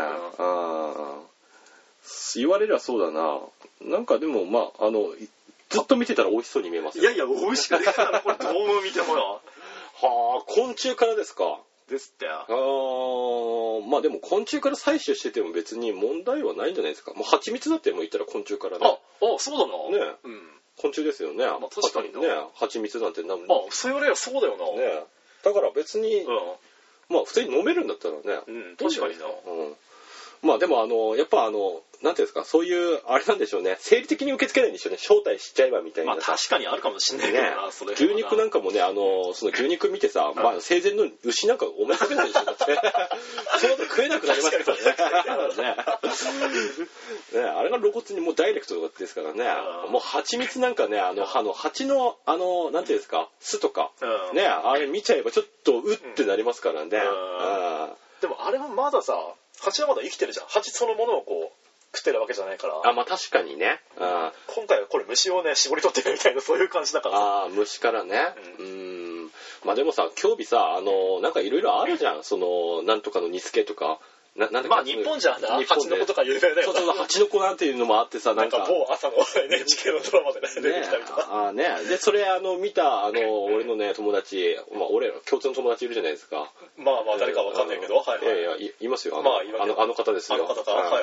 言われればそうだな。なんかでも、まあ、ずっと見てたら美味しそうに見えますよ。 いやいや、美味しくねえから、これどうも見てもよ。 はあ、昆虫からですか。 ですって。 まあでも昆虫から採取してても別に問題はないんじゃないですか。もう蜂蜜だってもう言ったら昆虫からね。 そうだな。 ね、昆虫ですよね。 確かにね。 蜂蜜なんてなんそう言われればそうだよな。 ね。だから別に、まあ普通に飲めるんだったらね。 確かにな。 まあでもやっぱなんていうんですか、そういうあれなんでしょうね。生理的に受け付けないんでしょうね。招待しちゃえばみたいな。 まあ確かにあるかもしれないけどな、それ。 牛肉なんかもね、その牛肉見てさ、まあ生前の牛なんかお前食べないでしょ。だってその後食えなくなりますからね。ね、あれが露骨にもうダイレクトですからね。もう蜂蜜なんかね、蜂のなんていうんですか、巣とかね、あれ見ちゃえばちょっとうってなりますからね。 でもあれはまださ、蜂はまだ生きてるじゃん。蜂そのものをこう食ってるわけじゃないから。 まあ確かにね。 今回はこれ虫をね絞り取ってるみたいなそういう感じだからさ。 虫からね。まあでもさ、興味さ、なんかいろいろあるじゃん。なんとかの煮付けとか。 まあ日本じゃな、蜂の子とか有名だよ。 そう、蜂の子なんていうのもあってさ、 なんか某朝の NHK のドラマでね出てきたりとか。 でそれ見た俺のね友達、まあ俺ら共通の友達いるじゃないですか。 まあ誰かわかんないけど、 いますよ。 まあの方ですよ。 あの方か。はい。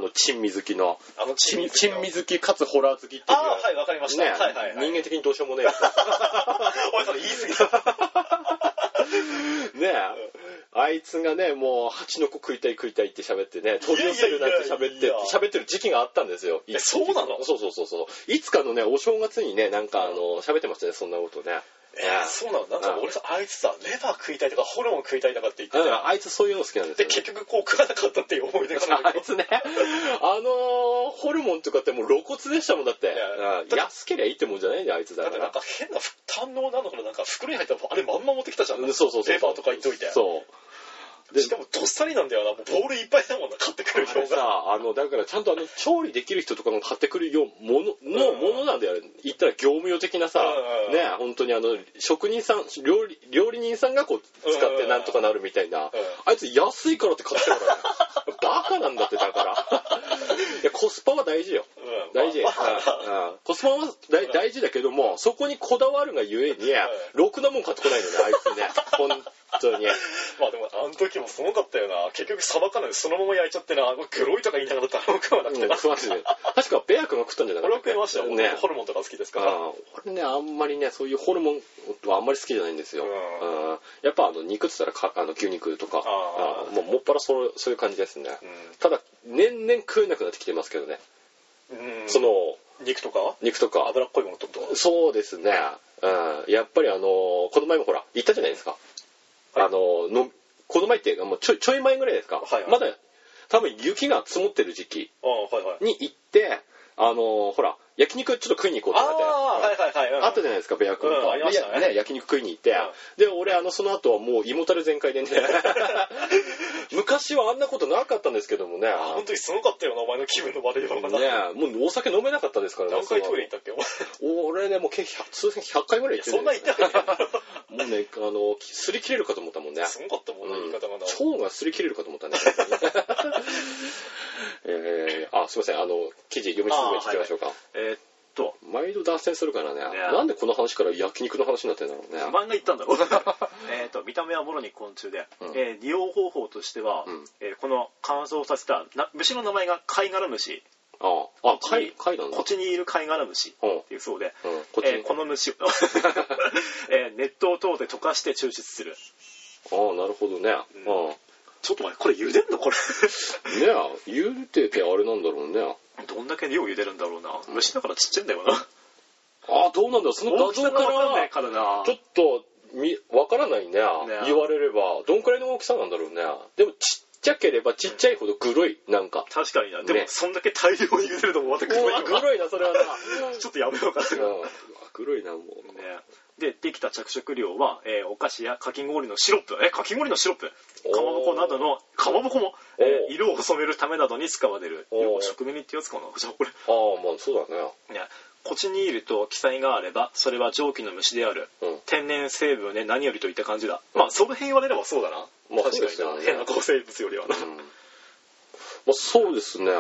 珍味好きの。珍味好きかつホラー好きっていう。 はいわかりました。 人間的にどうしようもねえ。 おいそれ言い過ぎだ。 ねえ。あいつがね、もう蜂の子食いたいって喋ってね、取り寄せるなんて喋ってる時期があったんですよ。 そうなの？ そう。いつかのね、お正月にね、なんか喋ってましたね、そんなことね。 そうなの？なんか俺さ、あいつさ、レバー食いたいとかホルモン食いたいとかって言ってた。 あいつそういうの好きなんですよ。 で、結局こう食わなかったっていう思い出がある。 あいつね、ホルモンとかってもう露骨でしたもんだって。安けりゃいいってもんじゃないんだよ、あいつだから。 だってなんか変な堪能なのかな、なんか袋に入ったらあれまんま持ってきたじゃん。 そう。 レバーとか言っといて。 そう。 しかもどっさりなんだよな、もうボールいっぱいだもんな、買ってくる量が。 だからちゃんと調理できる人とかの買ってくるものなんだよ。言ったら業務用的なさ、ね、本当に職人さん、料理人さんがこう使ってなんとかなるみたいな。あいつ安いからって買ってるからね。バカなんだってだから。いや、コスパは大事よ。大事。コスパは大事だけども、そこにこだわるがゆえに、ろくなもん買ってこないのね、あいつね。本当に。 まあでもあの時もすごかったよな。結局さばかないでそのまま焼いちゃってな、黒いとか言いながら誰も食わなくてな。 食わずに。確かベア君が食ったんじゃないかな。 俺は食いましたよね。ホルモンとか好きですから。 俺ね、あんまりね、そういうホルモンはあんまり好きじゃないんですよ。やっぱ肉って言ったら牛肉とか、もっぱらそういう感じですね。ただ、年々食えなくなってきてますけどね。 肉とか脂っこいものってこと？ そうですね。やっぱりこの前もほら、行ったじゃないですか。この前ってもうちょい前ぐらいですか。まだ多分雪が積もってる時期に行って、ほら、焼肉ちょっと食いに行こうってなって。あったじゃないですか、ベア君と。焼肉食いに行って。で、俺その後はもう胃もたれ全開でね。昔はあんなことなかったんですけどもね。 本当にすごかったよな、お前の気分の悪いような。 ね、もうお酒飲めなかったですからね。 何回トイレ行ったっけ、 俺ね、もう100回ぐらい行ってる。 そんな行ってない。 もうね、擦り切れるかと思ったもんね。 すごかったもんね、言い方がな。 腸が擦り切れるかと思ったね。すいません、記事読み進めていきましょうか。毎度脱線するからね。なんでこの話から焼肉の話になってんだろうね。 お前が言ったんだろう。見た目はもろに昆虫で、利用方法としては、この乾燥させた虫の名前が貝殻虫。 貝なんだ。 こっちにいる貝殻虫っていうそうで、この虫を熱湯等で溶かして抽出する。 なるほどね。 ちょっと待って、これ茹でんのこれ。 ねえ、茹でてあれなんだろうね。 どんだけ量茹でるんだろうな。虫だからちっちゃいんだよな。 どうなんだろう。その画像からちょっとわからないね。言われればどんくらいの大きさなんだろうね。でもちっちゃければちっちゃいほどグロいなんか。 確かにな。でもそんだけ大量に茹でるのもまたグロいな。 グロいなそれはな。 ちょっとやめようかな。 グロいなもう。 で、できた着色料は、お菓子やかき氷のシロップ、かき氷のシロップ、かまぼこなどの、かまぼこも、色を染めるためなどに使われる。要は食紅ってやつかな。じゃあこれ。 まあそうだね。 コチニールと記載があればそれは蒸気の虫である、天然成分で何よりといった感じだ。まあその辺言われればそうだな。確かにな、変な抗生物よりはな。 まあ、そうですね。なんだ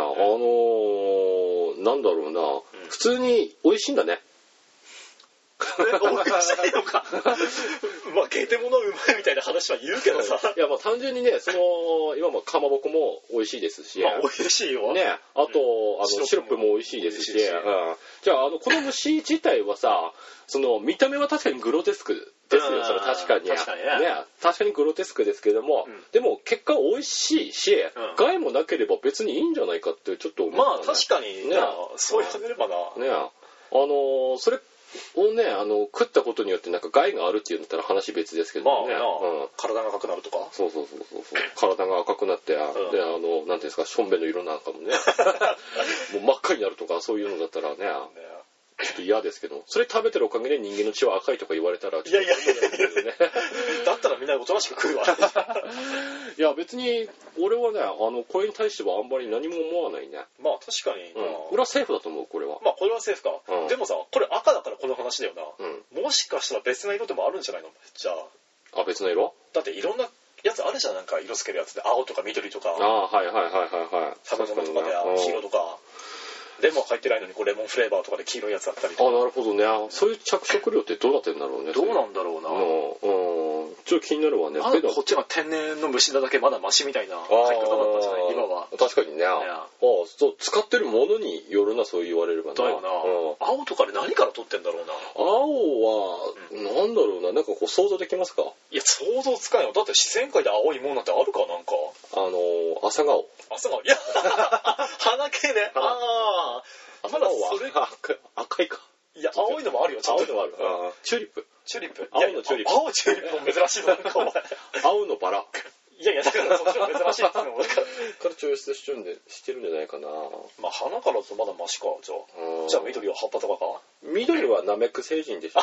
ろうな、普通に美味しいんだね。 美味しいのか。まあゲテモノうまいみたいな話は言うけどさ。 いや、まあ単純にね、今もかまぼこも美味しいですし。 まあ美味しいよ。 ね、あと、シロップも美味しいですし。じゃあ、この虫自体はさ、見た目は確かにグロテスクですよ、それ確かに。ね。確かにグロテスクですけれども、でも結果美味しいし、害もなければ別にいいんじゃないかってちょっと思う。 まあ確かにね、そう言われればな。 ね、それをね、食ったことによってなんか害があるっていうんだったら話別ですけどね。 まあ、体が赤くなるとか。 そう。体が赤くなって、で、なんていうんですか、しょんべんの色なんかもね、もう真っ赤になるとか、そういうのだったらね、ちょっと嫌ですけど、それ食べてるおかげで人間の血は赤いとか言われたら、 いや、だったらみんなおとなしく食うわ。 いや、別に、俺はね、これに対してはあんまり何も思わないね。 まあ確かに。 俺はセーフだと思う、これは。 まあこれはセーフか。でもさ、これ赤だからこの話だよな。もしかしたら別な色でもあるんじゃないの？じゃあ。 別な色？ だっていろんなやつあるじゃん、なんか色つけるやつで。青とか緑とか。 はい。 食べ物とかで黄色とか。レモン入ってないのにレモンフレーバーとかで黄色いやつあったりとか。 なるほどね。そういう着色料ってどうなってんだろうね。 どうなんだろうな。 ちょっと気になるわね。 こっちが天然の虫だだけまだマシみたいな書き方だったんじゃない今は。 確かにね。そう、使ってるものによるな、そう言われればな。 だよな。青とかで何から取ってんだろうな。 青は、なんだろうな。なんか想像できますか？ いや、想像つかないよ。だって自然界で青いものなんてあるかなんか。 朝顔。 朝顔。いや、花系ね。 朝顔は赤いか。 いや、青いのもあるよ。 青いのもある。チューリップ。青のチューリップ。 青チューリップも珍しいのなんかお前。 青のバラ。 いや、だからそっちの珍しいってのもから抽出してるんじゃないかな。 まあ花からだとまだマシか。じゃあ緑は葉っぱとかか。 緑はナメック星人でしょ。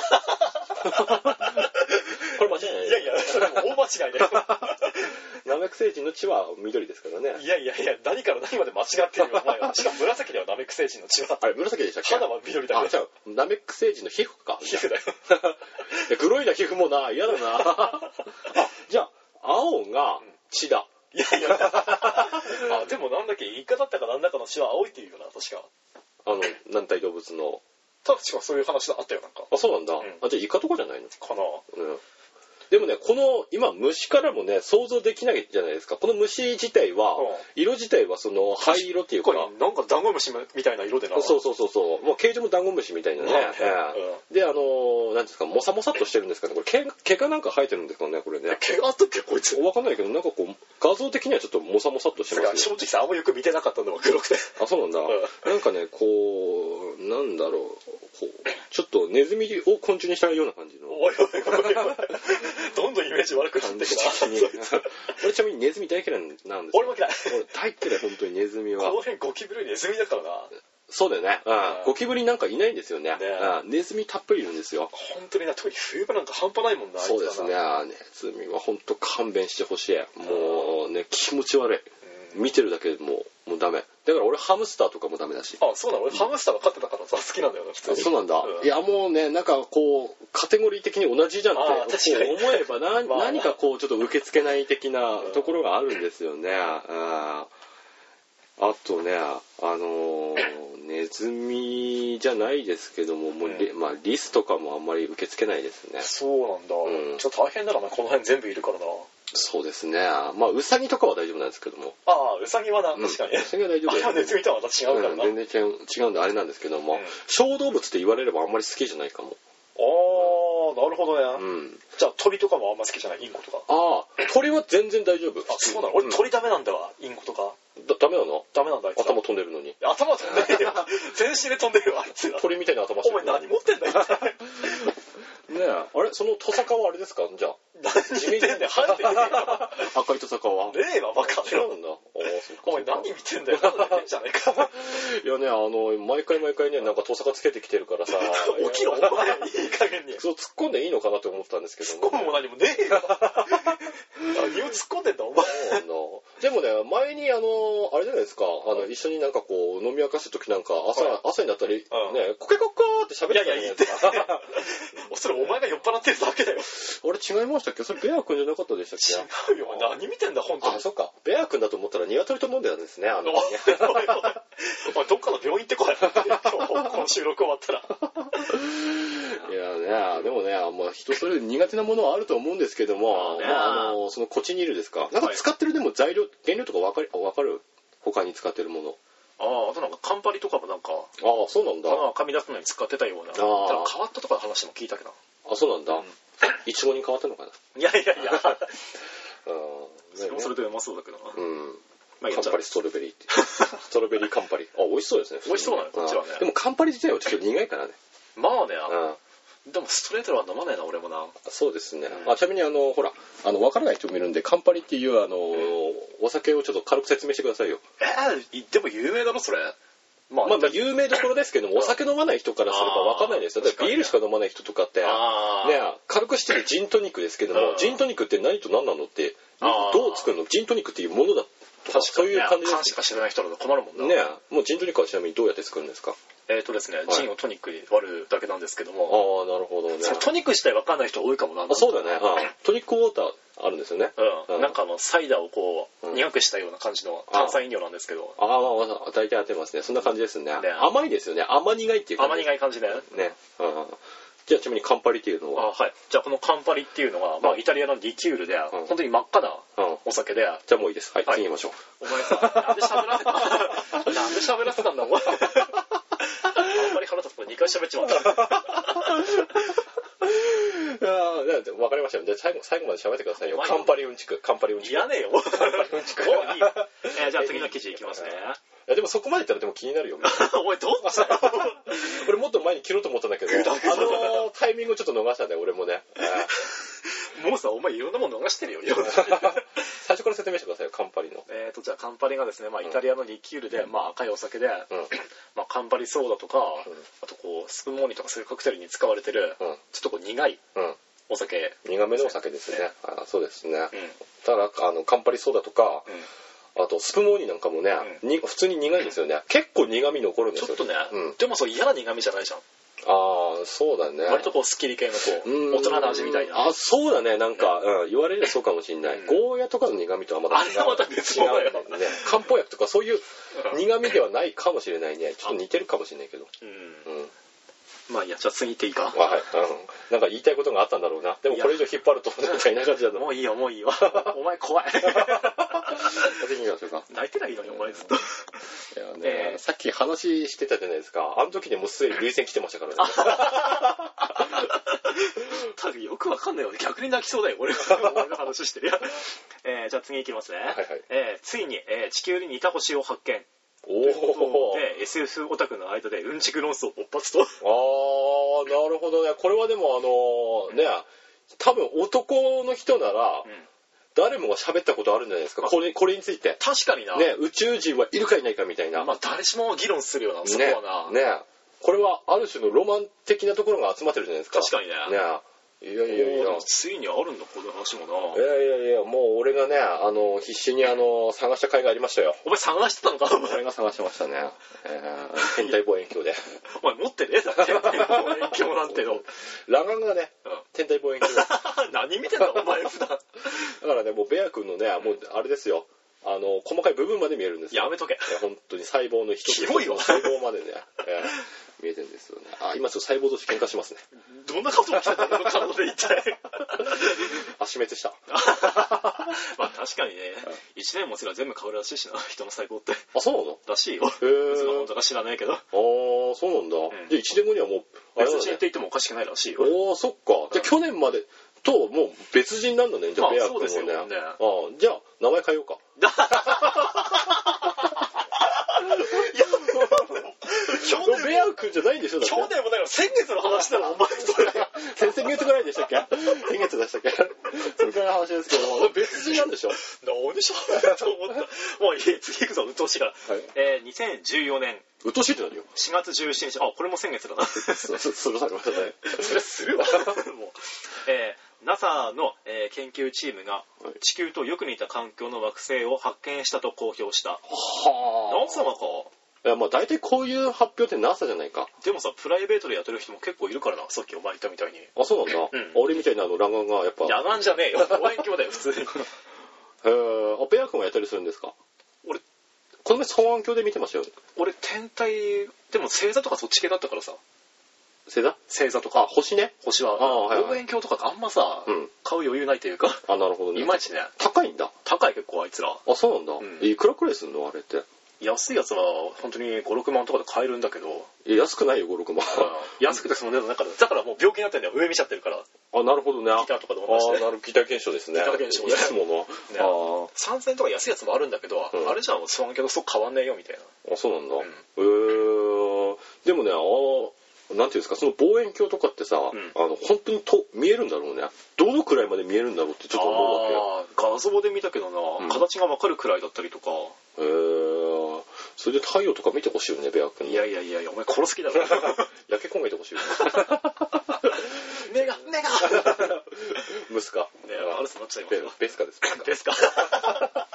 これ間違いない。 いや、それも大間違いだよ。 ナメック星人の血は緑ですからね。 いや、何から何まで間違ってるよ、お前は。しかも紫だよ、ナメック星人の血は。 あれ、紫でしたっけ？ 肌は緑だよ。 じゃあ、ナメック星人の皮膚か。 皮膚だよ。 黒いな、皮膚もな、嫌だな。じゃあ、青が血だ。 いや。でもなんだっけ、イカだったかなんだかの血は青いっていうよな、確か。 軟体動物の。 確かそういう話あったよ、なんか。 そうなんだ。じゃあイカとかじゃないのかな。 でもね、今、虫からもね、想像できないじゃないですか。この虫自体は、色自体は灰色っていうか。 なんかダンゴムシみたいな色でな。 そう。もう形状もダンゴムシみたいなね。で、なんですか、もさもさっとしてるんですかね。これ、毛がなんか生えてるんですかね、これね。 毛があったっけ、こいつ。 わかんないけど、なんか画像的にはちょっともさもさっとしてますね。 正直さ、あんまよく見てなかったんだもん、黒くて。 そうなんだ。なんかね、なんだろう、ちょっとネズミを昆虫にしたような感じの。 おい。どんどんイメージ悪くなってきた。 俺ちなみにネズミ大嫌いなんですよ。 俺も嫌い。 俺大嫌い、本当にネズミは。 この辺ゴキブリネズミだからな。 そうだよね。ゴキブリなんかいないんですよね。ネズミたっぷりいるんですよ。 本当にな、特に冬場なんか半端ないもんな。 そうですね。ネズミは本当勘弁してほしい。もうね、気持ち悪い。見てるだけでもうダメ。だから俺ハムスターとかもダメだし。 そうなの。俺ハムスターは飼ってたからさ、好きなんだよな、普通に。 そうなんだ。いやもうね、なんかカテゴリー的に同じじゃんって思えば何かちょっと受け付けない的なところがあるんですよね。あとね、ネズミじゃないですけども、リスとかもあんまり受け付けないですね。 そうなんだ。ちょっと大変だな、この辺全部いるからな。 そうですね。ウサギとかは大丈夫なんですけども。 ウサギはな、確かに。 ウサギは大丈夫です。 ネズミとはまた違うからな。 全然違うんであれなんですけども、小動物って言われればあんまり好きじゃないかも。 なるほどね。じゃあ鳥とかもあんま好きじゃない？インコとか。 鳥は全然大丈夫。 そうなの？俺鳥ダメなんだわ、インコとか。 ダメなの？ ダメなんだ、あいつ。 頭飛んでるのに。 頭飛んでるよ。全身で飛んでるわ、あいつ。 鳥みたいな頭してる。 お前何持ってんだよ。 ねえ、あれそのトサカはあれですか？じゃあ。 地味で生えてるよ。 赤いトサカは。 ねえわ、バカ。 そうなんだ。 お前何見てんだよ。何見てんじゃねえか。 いやね、 毎回ね、なんかトサカつけてきてるからさ。 起きろ、お前、いい加減に。 そう、突っ込んでいいのかなと思ったんですけども。突っ込むも何もねえよ。何を突っ込んでんだ、お前。 でもね、前にあれじゃないですか、一緒になんかこう、飲み明かすときなんか、朝になったり、ね、コケコッコーって喋ってたじゃないですか。 それお前が酔っ払ってるだけだよ。 俺違いましたっけ？それベア君じゃなかったでしたっけ？違うよ、何見てんだ、本当に。 そっか。ベア君だと思ったら鶏と思うんだよですね、 お前どっかの病院行ってこい。この収録終わったら。 いやね、でもね、人それぞれ苦手なものはあると思うんですけども、そのコチニールですか。なんか使ってるでも原料とかわかる？他に使ってるもの。 あとなんかカンパリとかもなんか、 そうなんだ。 噛み出すのに使ってたような。ただ変わったとかの話も聞いたけど。 そうなんだ。イチゴに変わったのかな。 いや。それでうまそうだけどな。 カンパリストロベリーって。ストロベリーカンパリ。美味しそうですね。 美味しそうなの、こっちはね。 でもカンパリ自体はちょっと苦いからね。 まあね。でもストレートは飲まないな、俺もな。 そうですね。ちなみにほら、わからない人もいるんで、カンパリっていうお酒をちょっと軽く説明してくださいよ。 でも有名だろ、それ。 まあ有名どころですけども、お酒飲まない人からすればわかんないですよ。ビールしか飲まない人とかって、ね、軽くしてるジントニックですけども、ジントニックって何と何なのって、どう作るの？ジントニックっていうものだとか、そういう感じです。 缶しか知らない人だと困るもんな。 ね、もうジントニックはちなみにどうやって作るんですか？ ですね、ジンをトニックに割るだけなんですけども。 なるほどね。 トニック自体わかんない人多いかもな。 そうだね。トニックウォーターあるんですよね。 なんかサイダーをこう、苦くしたような感じの炭酸飲料なんですけど。 大体当てますね。そんな感じですね。甘いですよね。甘苦いっていう感じ。 甘苦い感じだよね。 じゃあちなみにカンパリっていうのは？ はい。じゃあこのカンパリっていうのは、イタリアのリキュールで、本当に真っ赤なお酒で。 じゃあもういいです。はい、次行きましょう。 お前さ、なんで喋らせたんだ、お前。あんまり腹立つと2回喋っちまった。 わかりましたよ。じゃあ最後まで喋ってくださいよ。カンパリうんちく。 いらねえよ。もういいよ。じゃあ次の記事いきますね。 でもそこまで言ったらでも気になるよ。 お前どっちだよ。 俺もっと前に切ろうと思ったんだけど、タイミングをちょっと逃したね、俺もね。 もうさ、お前いろんなもの逃してるよ。 最初から説明してくださいよ、カンパリの。 じゃあカンパリがですね、イタリアのリキュールで、赤いお酒で、カンパリソーダとか、あとこう、スプモーニとかそういうカクテルに使われてる、ちょっとこう苦いお酒。 苦めのお酒ですね。そうですね。ただ、カンパリソーダとか、あと、スプモーニなんかもね、普通に苦いんですよね。結構苦味残るんですよ。 ちょっとね、でもそう嫌な苦味じゃないじゃん。 そうだね。 割とこう、スッキリ系のこう、大人の味みたいな。 そうだね。なんか、言われればそうかもしれない。ゴーヤとかの苦味とはまた違う。 あれはまた別物だよね。 漢方薬とかそういう苦味ではないかもしれないね。ちょっと似てるかもしれないけど。 まあいいや、じゃあ次行っていいか。 はい。なんか言いたいことがあったんだろうな。でもこれ以上引っ張るとなんかいな感じだと。 もういいよ。お前怖い。泣いてないのにお前ずっと。 さっき話してたじゃないですか。あの時でもうすでに涙腺来てましたからね。 多分よくわかんないよね。逆に泣きそうだよ。俺の話してるよ。じゃあ次行きますね。ついに地球に似た星を発見。で SF オタクの間でうんちく論争勃発と。 なるほどね。これはでも多分男の人なら、誰もが喋ったことあるんじゃないですか。これについて。 確かにな。 ね、宇宙人はいるかいないかみたいな。 誰しも議論するような、そこはな。 ね。これはある種のロマン的なところが集まってるじゃないですか。 確かにね。 いや。 ついにあるんだ、この話もな。 いや、もう俺がね、必死に探した甲斐がありましたよ。 お前探してたのか？ 俺が探してましたね。天体望遠鏡で。 お前持ってねえだって、天体望遠鏡なんての。 裸眼がね、天体望遠鏡。 何見てんだ、お前普段。 だからね、もうベア君のね、もうあれですよ。細かい部分まで見えるんですよ。 やめとけ。 本当に細胞の一つキモいわ。 細胞までね、見えてるんですよね。今ちょっと細胞同士喧嘩しますね。 どんなこと起きたんだよ、体で一体。 死滅した。 確かにね、1年もすれば全部変わるらしいしな、人の細胞って。 そうなの？ らしいよ。本当か知らないけど。 そうなんだ。じゃあ1年後にはもう、 別人って言ってもおかしくないらしいよ。 そっか。じゃあ去年までともう別人なんだね、じゃあベア君もね。じゃあ名前変えようか。ベア君じゃないんでしょ？ 去年も先月の話だろ、お前それ。 先々月ぐらいでしたっけ？先月でしたっけ？それかない話ですけども、別人なんでしょ。 何でしょと思った。もういい、次行くぞ、うっとうしいから。はい、2014年。 うっとうしいって何よ。 4月17日。あ、これも先月だな。 それされましたね。 それするわ。もう。NASA の、研究チームが地球とよく似た環境の惑星を発見したと公表した。はぁ。NASA がか。 いや、まあ大体こういう発表って NASA じゃないか。 でもさ、プライベートでやってる人も結構いるからな、さっきお前言ったみたいに。 あ、そうなんだ。うん、俺みたいな裸眼がやっぱ。 裸眼じゃねえよ。望遠鏡だよ、普通に。 ベア君はやったりするんですか？ 俺、 この前双眼鏡で見てましたよ。 俺、天体、でも星座とかそっち系だったからさ。星座とか。 あ、星ね。 星は。望遠鏡とかあんまさ、買う余裕ないというか。 あ、なるほどね。 いまいちね。 高いんだ。 高い結構あいつら。 あ、そうなんだ。いくらくらいすんのあれって。 安いやつは本当に5、6万とかで買えるんだけど。 安くないよ、5、6万。 安くてその値段だから。だからもう病気になってんだよ。上見ちゃってるから。 あ、なるほどね。 ギターとかで同じで。 ギター検証ですね。 ギター検証で。 いつもの。3000とか安いやつもあるんだけど、あれじゃもう双眼鏡とそう変わんねえよみたいな。 あ、そうなんだ。でもね、なんていうんですか、その望遠鏡とかってさ、本当に見えるんだろうね。どのくらいまで見えるんだろうってちょっと思うわけよ。 画像で見たけどな、形がわかるくらいだったりとか。 それで太陽とか見てほしいよね、ベア君に。 いや、お前殺す気だろ。 焼け焦げてほしいよね。 目がムスカ。 ね、あるとなっちゃいますよ。 ベスカです。 ベスカ。はい、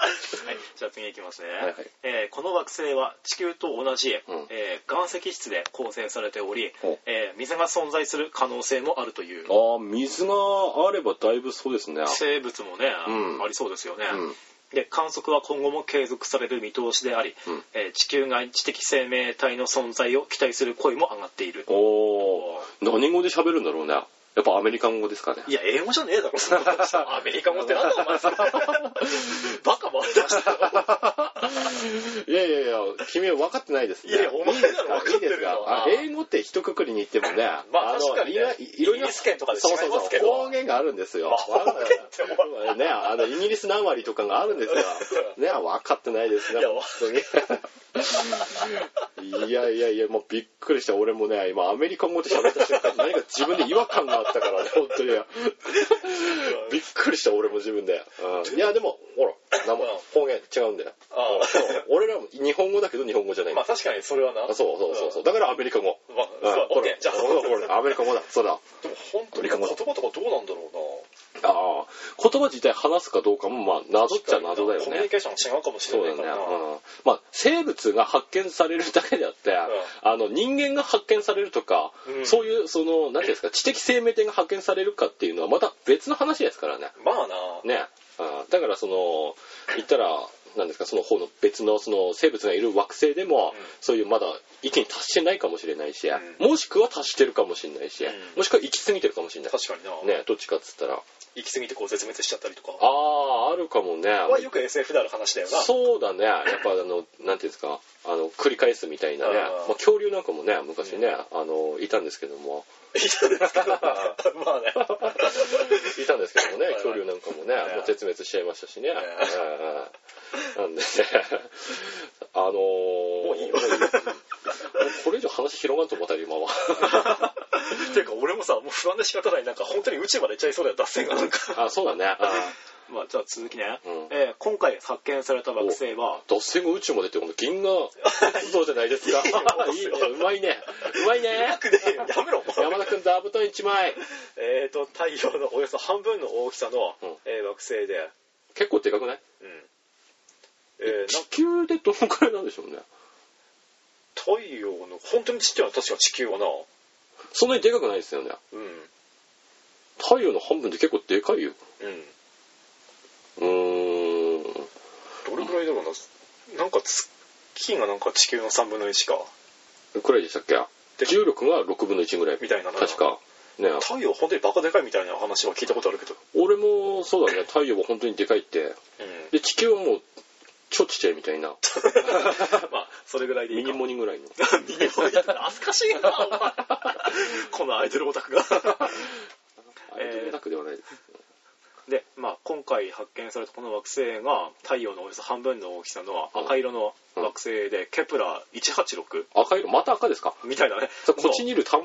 じゃあ次行きますね。この惑星は地球と同じ、岩石質で構成されており、水が存在する可能性もあるという。 水があればだいぶそうですね。 生物もね、ありそうですよね。で、観測は今後も継続される見通しであり、地球外知的生命体の存在を期待する声も上がっている。 何語で喋るんだろうね。やっぱアメリカン語ですかね。 いや、英語じゃねえだろ、そんなアメリカ語ってなんだお前それ。バカ回りましたよ。 いや、君は分かってないですね。 いや、お前だろ、分かってるよ。 英語って一括りに言ってもね、 まあ確かにね、 いろいろ試験とかで違いますけど。方言があるんですよ。 方言ってね、イギリス何割とかがあるんですよ。ね、分かってないですね。 いや、本当に。 いや、もうびっくりした。俺もね、今アメリカ語で喋った瞬間何か自分で違和感があったからね、本当に。びっくりした、俺も自分で。いや、でも、ほら、方言違うんだよ。俺らも日本語だけど日本語じゃない。 まあ確かにそれはな。 そう。だからアメリカ語。 オッケー、じゃあ。 アメリカ語だ、そうだ。 でも本当に言葉とかどうなんだろうな。 言葉自体話すかどうかも、まあ、謎っちゃ謎だよね。 コミュニケーション違うかもしれないからな。そうだね。 まあ、生物が発見されるだけであって、人間が発見されるとか、そういう、なんていうんですか、知的生命体が発見されるかっていうのはまた別の話ですからね。 まあな。 ね。だから言ったら、なんですか、その方の別の生物がいる惑星でも、そういうまだ域に達してないかもしれないし、もしくは達してるかもしれないし、もしくは行き過ぎてるかもしれない。 確かにな。 ね、どっちかっつったら。 行き過ぎて絶滅しちゃったりとか。 あるかもね。 よく SF である話だよな。 そうだね。やっぱなんていうんですか、繰り返すみたいなね。恐竜なんかもね、昔ね、いたんですけども。 いたんですけど、まあね。 いたんですけどもね、恐竜なんかもね、もう絶滅しちゃいましたしね。なんでね、 もういいよ。 これ以上話広がると思ったよ、今は。 ていうか俺もさ、もう不安で仕方ない。なんか本当に宇宙まで行っちゃいそうだよ、脱線がなんか。 そうだね。 まあじゃあ続きね。今回発見された惑星は脱線が宇宙までって銀河活動じゃないですか。いいね、うまいね。 やめろ。 山田君座布団1枚。 太陽のおよそ半分の大きさの惑星で。 結構でかくない？地球でどのくらいなんでしょうね。 太陽の本当にちっちゃいのは確か地球はな。 そんなにでかくないですよね。太陽の半分って結構でかいよ。 どれくらいだろうな。なんか月がなんか地球の3分の1か。 くらいでしたっけ？重力が6分の1ぐらい。 みたいな。 確か。ね。 太陽本当にバカでかいみたいな話は聞いたことあるけど。 俺もそうだね。太陽は本当にでかいって。で、地球はもう超ちっちゃいみたいな。 まあ、それぐらいでいいか。 ミニモニぐらいの。 ミニモニって懐かしいな、お前。このアイドルオタクが。 アイドルオタクではないです。 で、まあ、今回発見されたこの惑星が太陽のおよそ半分の大きさの赤色の惑星で、ケプラー186。 赤色また赤ですか？ みたいなね。 こっちにいる太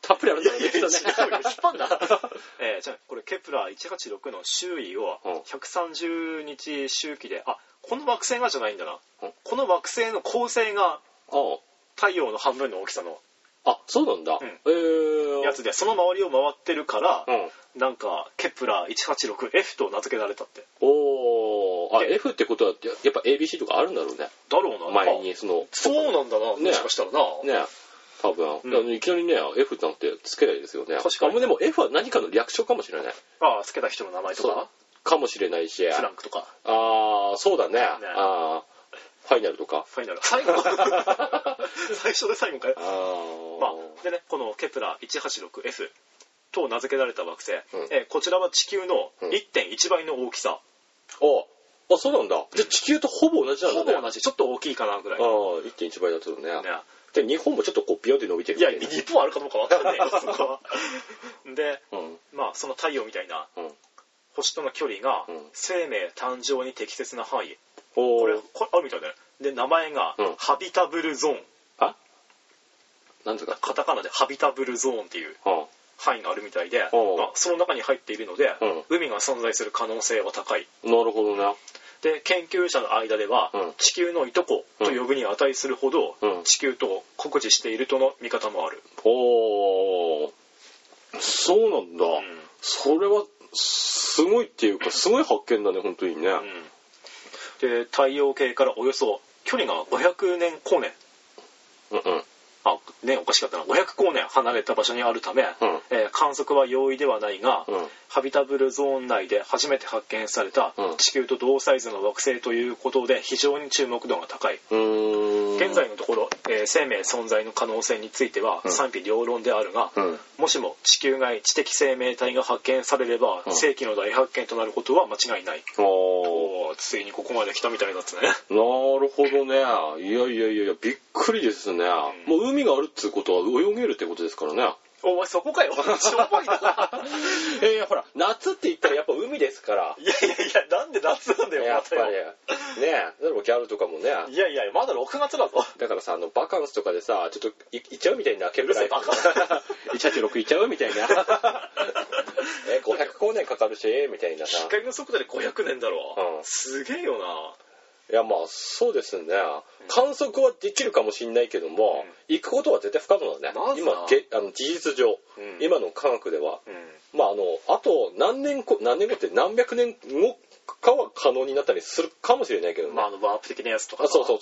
たっぷりあるんだろうね。 引っ張んだ。じゃあこれケプラー186の周囲を130日周期で、この惑星がじゃないんだな。この惑星の構成が太陽の半分の大きさの。 そうなんだ。 やつで、その周りを回ってるから、なんかケプラー 186F と名付けられたって。 F ってことはやっぱ ABC とかあるんだろうね。 だろうな。 前にそうなんだな。もしかしたらな。 ね。多分、いきなりね F なんてつけないですよね。確かに。でも F は何かの略称かもしれない。 つけた人の名前とかかもしれないし。 フランクとか。 そうだね。ファイナルとか。 ファイナル。最後最初で最後かよ。でね、このケプラー 186F と名付けられた惑星、こちらは地球の 1.1 倍の大きさ。 そうなんだ。じゃあ地球とほぼ同じなんだね。 ほぼ同じ。ちょっと大きいかなぐらい。 1.1 倍だとね。で、日本もちょっとこうビヨで伸びてる。 いや、日本あるかどうかわかんないよ、そこは。で、その太陽みたいな星との距離が生命誕生に適切な範囲。これあるみたいだね。で、名前がハビタブルゾーン。 なんとかカタカナでハビタブルゾーンっていう範囲があるみたいで、その中に入っているので、海が存在する可能性は高い。 なるほどね。 で、研究者の間では、地球のいとこと呼ぶに値するほど、地球と酷似しているとの見方もある。 そうなんだ。それはすごいっていうか、すごい発見だね、本当にね。 で、太陽系からおよそ距離が500年光年。おかしかったな。500光年離れた場所にあるため、観測は容易ではないが、ハビタブルゾーン内で初めて発見された地球と同サイズの惑星ということで非常に注目度が高い。現在のところ、生命存在の可能性については賛否両論であるが、もしも地球外知的生命体が発見されれば、世紀の大発見となることは間違いない。ついにここまで来たみたいだったね。なるほどね。いやびっくりですね。もう海があるってことは泳げるってことですからね。 お前そこかよ。しょぼいな。 ほら夏って言ったらやっぱ海ですから。 いやなんで夏なんだよ。 やっぱりね。例えばギャルとかもね。 いやまだ6月だぞ。 だからさバカンスとかでさちょっと行っちゃうみたいなケプラー186行っちゃうみたいな。500光年かかるしみたいなさ。 光の速度で500年だろ。すげえよな。 いやそうですね。観測はできるかもしれないけども、行くことは絶対不可能だね。今事実上、今の科学では、あと何年後って何百年後かは可能になったりするかもしれないけどね。 ワープ的なやつとか。 そう。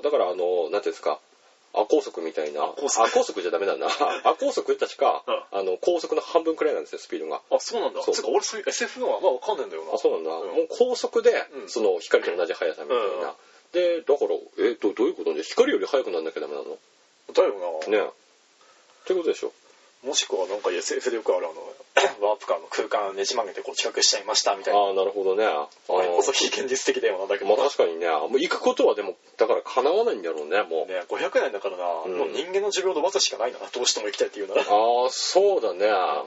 だからなんていうんですか。亜高速みたいな。亜高速じゃダメだな。亜高速確か高速の半分くらいなんですよ、スピードが。 そうなんだ。俺そういう SF のはわかんないんだよな。 そうなんだ。もう高速でその光と同じ速さみたいな。でだからどういうことで光より速くならなきゃダメなの？ だよな。 ね。ってことでしょ。 もしくはなんか SF でよくあるワープカーの空間ねじ曲げて近くしちゃいましたみたいな。 なるほどね。 こそ非現実的だよな。だけど確かにね。もう行くことはでもだから叶わないんだろうね。もうね500年だからな。もう人間の寿命を待つしかないな。どうしても行きたいっていうなら。 そうだね。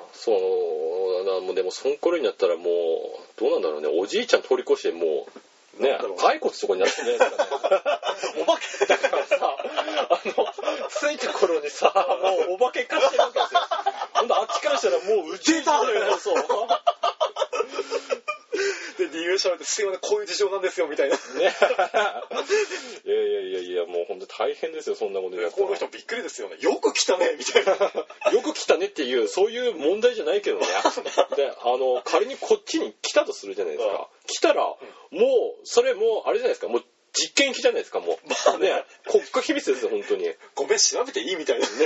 でもその頃になったらもうどうなんだろうね。おじいちゃん通り越してもうね、骸骨そこになってねえですかね。 お化けだからさ、着いた頃にさ、もうお化け化してるわけですよ。ほんとあっちからしたらもううちだよ。そう。 で、理由しゃべって、すいません、こういう事情なんですよ、みたいな。ね。 いや、もうほんと大変ですよ、そんなことやったら。 この人びっくりですよね。よく来たね、みたいな。 よく来たねっていう、そういう問題じゃないけどね。で、仮にこっちに来たとするじゃないですか。来たら、もう、それもう、あれじゃないですか、もう、実験機じゃないですか、もう。ね。国家秘密ですよ、本当に。 ごめん、調べていいみたいなね。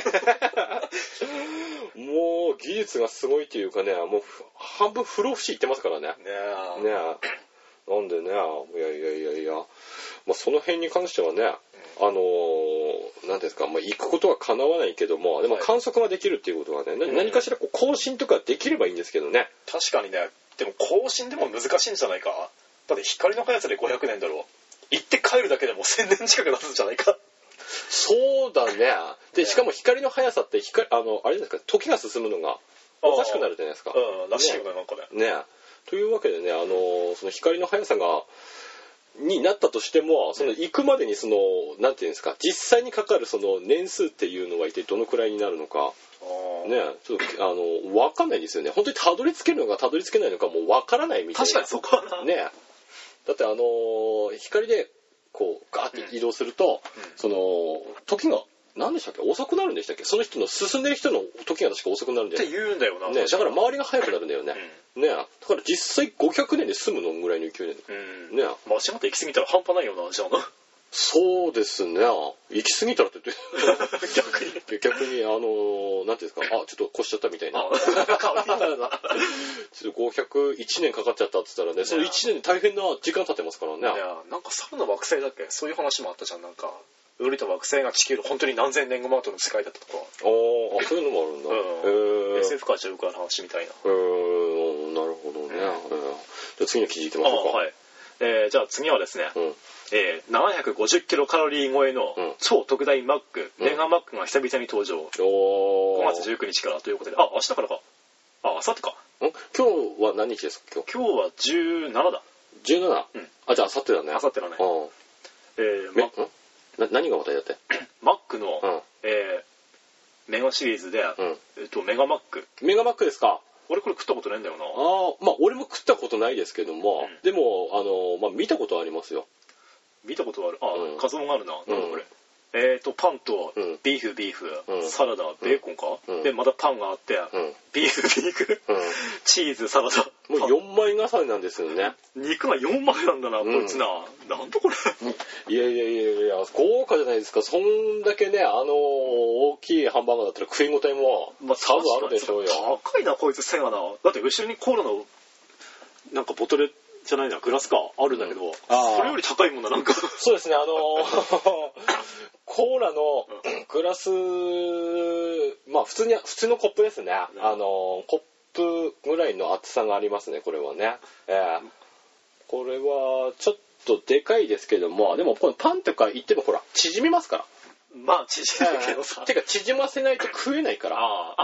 もう、技術がすごいっていうかね、もう、半分不老不死言ってますからね。ねなんでね、いや、その辺に関してはね、なんですか、行くことは叶わないけども、でも観測ができるっていうことはね、何かしら更新とかできればいいんですけどね。 確かにね、でも更新でも難しいんじゃないか。だって光の速さで500年だろう。行って帰るだけでも1000年近くなるんじゃないか。 そうだね。で、しかも光の速さってあれですか、時が進むのがおかしくなるじゃないですか。 らしいよね、なんかね。 ね。というわけでね、その光の速さになったとしても、その行くまでになんていうんですか、実際にかかるその年数っていうのは一体どのくらいになるのか。 ね、ちょっとわかんないですよね。本当にたどり着けるのかたどり着けないのかもうわからないみたいな。 確かにそこはな。 ね。だって光でこうガーって移動すると、その時が何でしたっけ、遅くなるんでしたっけ、その人の進んでる人の時が確か遅くなるんだよって言うんだよな。 ね、だから周りが速くなるんだよね。ね、だから実際500年で済むのぐらいの勢いで。ね。 間違って行き過ぎたら半端ないよな、じゃあな。 そうですね。行き過ぎたらって言って逆になんていうんですか、ちょっと越しちゃったみたいな。ちょっと501年かかっちゃったって言ったらね、その1年で大変な時間経ってますからね。いや、なんかサブの惑星だっけ、そういう話もあったじゃん。なんか降りた惑星が地球の本当に何千年後後の世界だったとか。 そういうのもあるんだ。 SF からじゃよくある話みたいな。 なるほどね。じゃあ次の記事いきましょうか。 はい。じゃあ次はですね、750キロカロリー超えの超特大マック、メガマックが久々に登場。5月19日からということで、明日からか。明後日か。 今日は何日ですか、 今日は17だ。 17？ じゃあ明後日だね。 明後日だね。 何が話題だって？ マックの、メガシリーズで、メガマック。 メガマックですか？ 俺これ食ったことないんだよな。 俺も食ったことないですけども、でも見たことありますよ。 見たことある。画像があるな。なんだこれ。パンとビーフ、サラダ、ベーコンか、でまたパンがあって、ビーフ、チーズ、サラダ。 もう4枚重ねなんですよね。 肉が4枚なんだな、こいつな。なんだこれ。 いや豪華じゃないですか。そんだけね、大きいハンバーガーだったら食い応えも多分あるでしょうよ。 高いなこいつ背がな。だって後ろにコーラのなんかボトルじゃないな、グラスかあるんだけど、それより高いもんな、なんか。 そうですね、コーラのグラス、普通のコップですね。コップぐらいの厚さがありますね、これはね。これはちょっとでかいですけども、でもこのパンとか言ってもほら縮みますから。 縮むけどさ。 てか縮ませないと食えないから。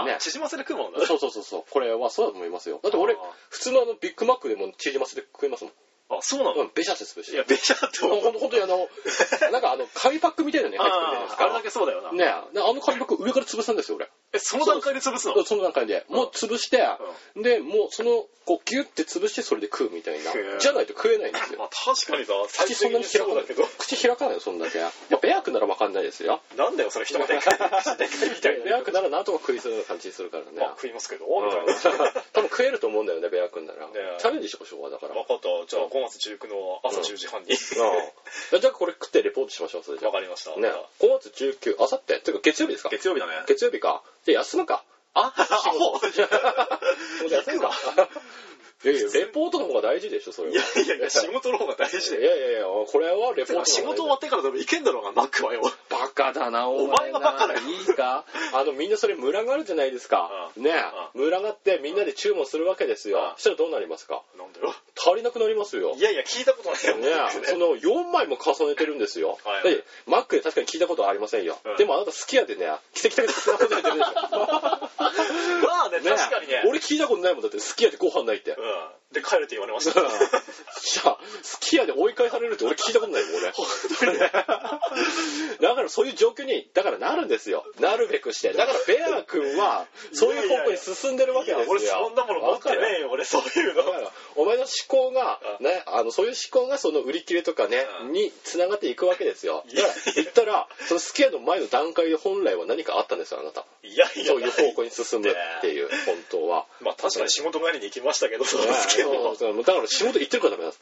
ね、縮ませて食うもんだね。 そう。これはそうだと思いますよ。だって俺普通のビッグマックでも縮ませて食えますもん。 そうなの？ ベシャって潰して。 いや、ベシャってほんとになんか紙パックみたいなのに入ってくるじゃないですか。 あれだけそうだよな。 ね紙パック上から潰すんですよ、俺。 その段階で潰すの？ その段階で。もう潰して、で、もうこうギュッて潰してそれで食うみたいな。じゃないと食えないんですよ。 確かにさ、 口そんなに開かないけど。口開かないよ、そんだけ。ベアクならわかんないですよ。 なんだよ、それ人がでかいみたいな。 ベアクならなんとか食いそうな感じするからね。 食いますけど。 多分食えると思うんだよね、ベアクなら。チャレンジしましょう、だから。 分かった。じゃあ5月19の朝10時半に。 じゃあこれ食ってレポートしましょう、それで。 わかりました。 ね。5月19、あさってっていうか月曜日ですか？ 月曜日だね。 月曜日か。じゃあ休むか。 アホ休むか。レポートの方が大事でしょ、それは。 いや、仕事の方が大事だよ。 いや、これはレポート。 仕事終わってからでもいけんだろうが、マックはよ。 バカだな、 お前がバカだよ。 いいか？みんなそれ群がるじゃないですか。ね。群がってみんなで注文するわけですよ。そしたらどうなりますか？ なんだよ。 足りなくなりますよ。 いや、聞いたことないよ。 ね。その4枚も重ねてるんですよ。マックで確かに聞いたことはありませんよ。でもあなた好きやでね、奇跡的なことやってるでしょ。 まあね、確かにね。 俺聞いたことないもんだって、すき家でご飯ないって。 で、帰るって言われました。 じゃあ、すき家で追い返されるって俺聞いたことないもん、俺。本当にね。だからそういう状況に、だからなるんですよ。なるべくして。だからベア君は、そういう方向に進んでるわけですよ。 俺そんなもの持ってねえよ、俺そういうの。 お前の思考が、ね、そういう思考がその売り切れとかね、に繋がっていくわけですよ。だから言ったら、そのすき家の前の段階で本来は何かあったんですよ、あなた。そういう方向に進むっていう、本当は。 まあ確かに仕事帰りに行きましたけど、 だから仕事行ってるからダメなんです。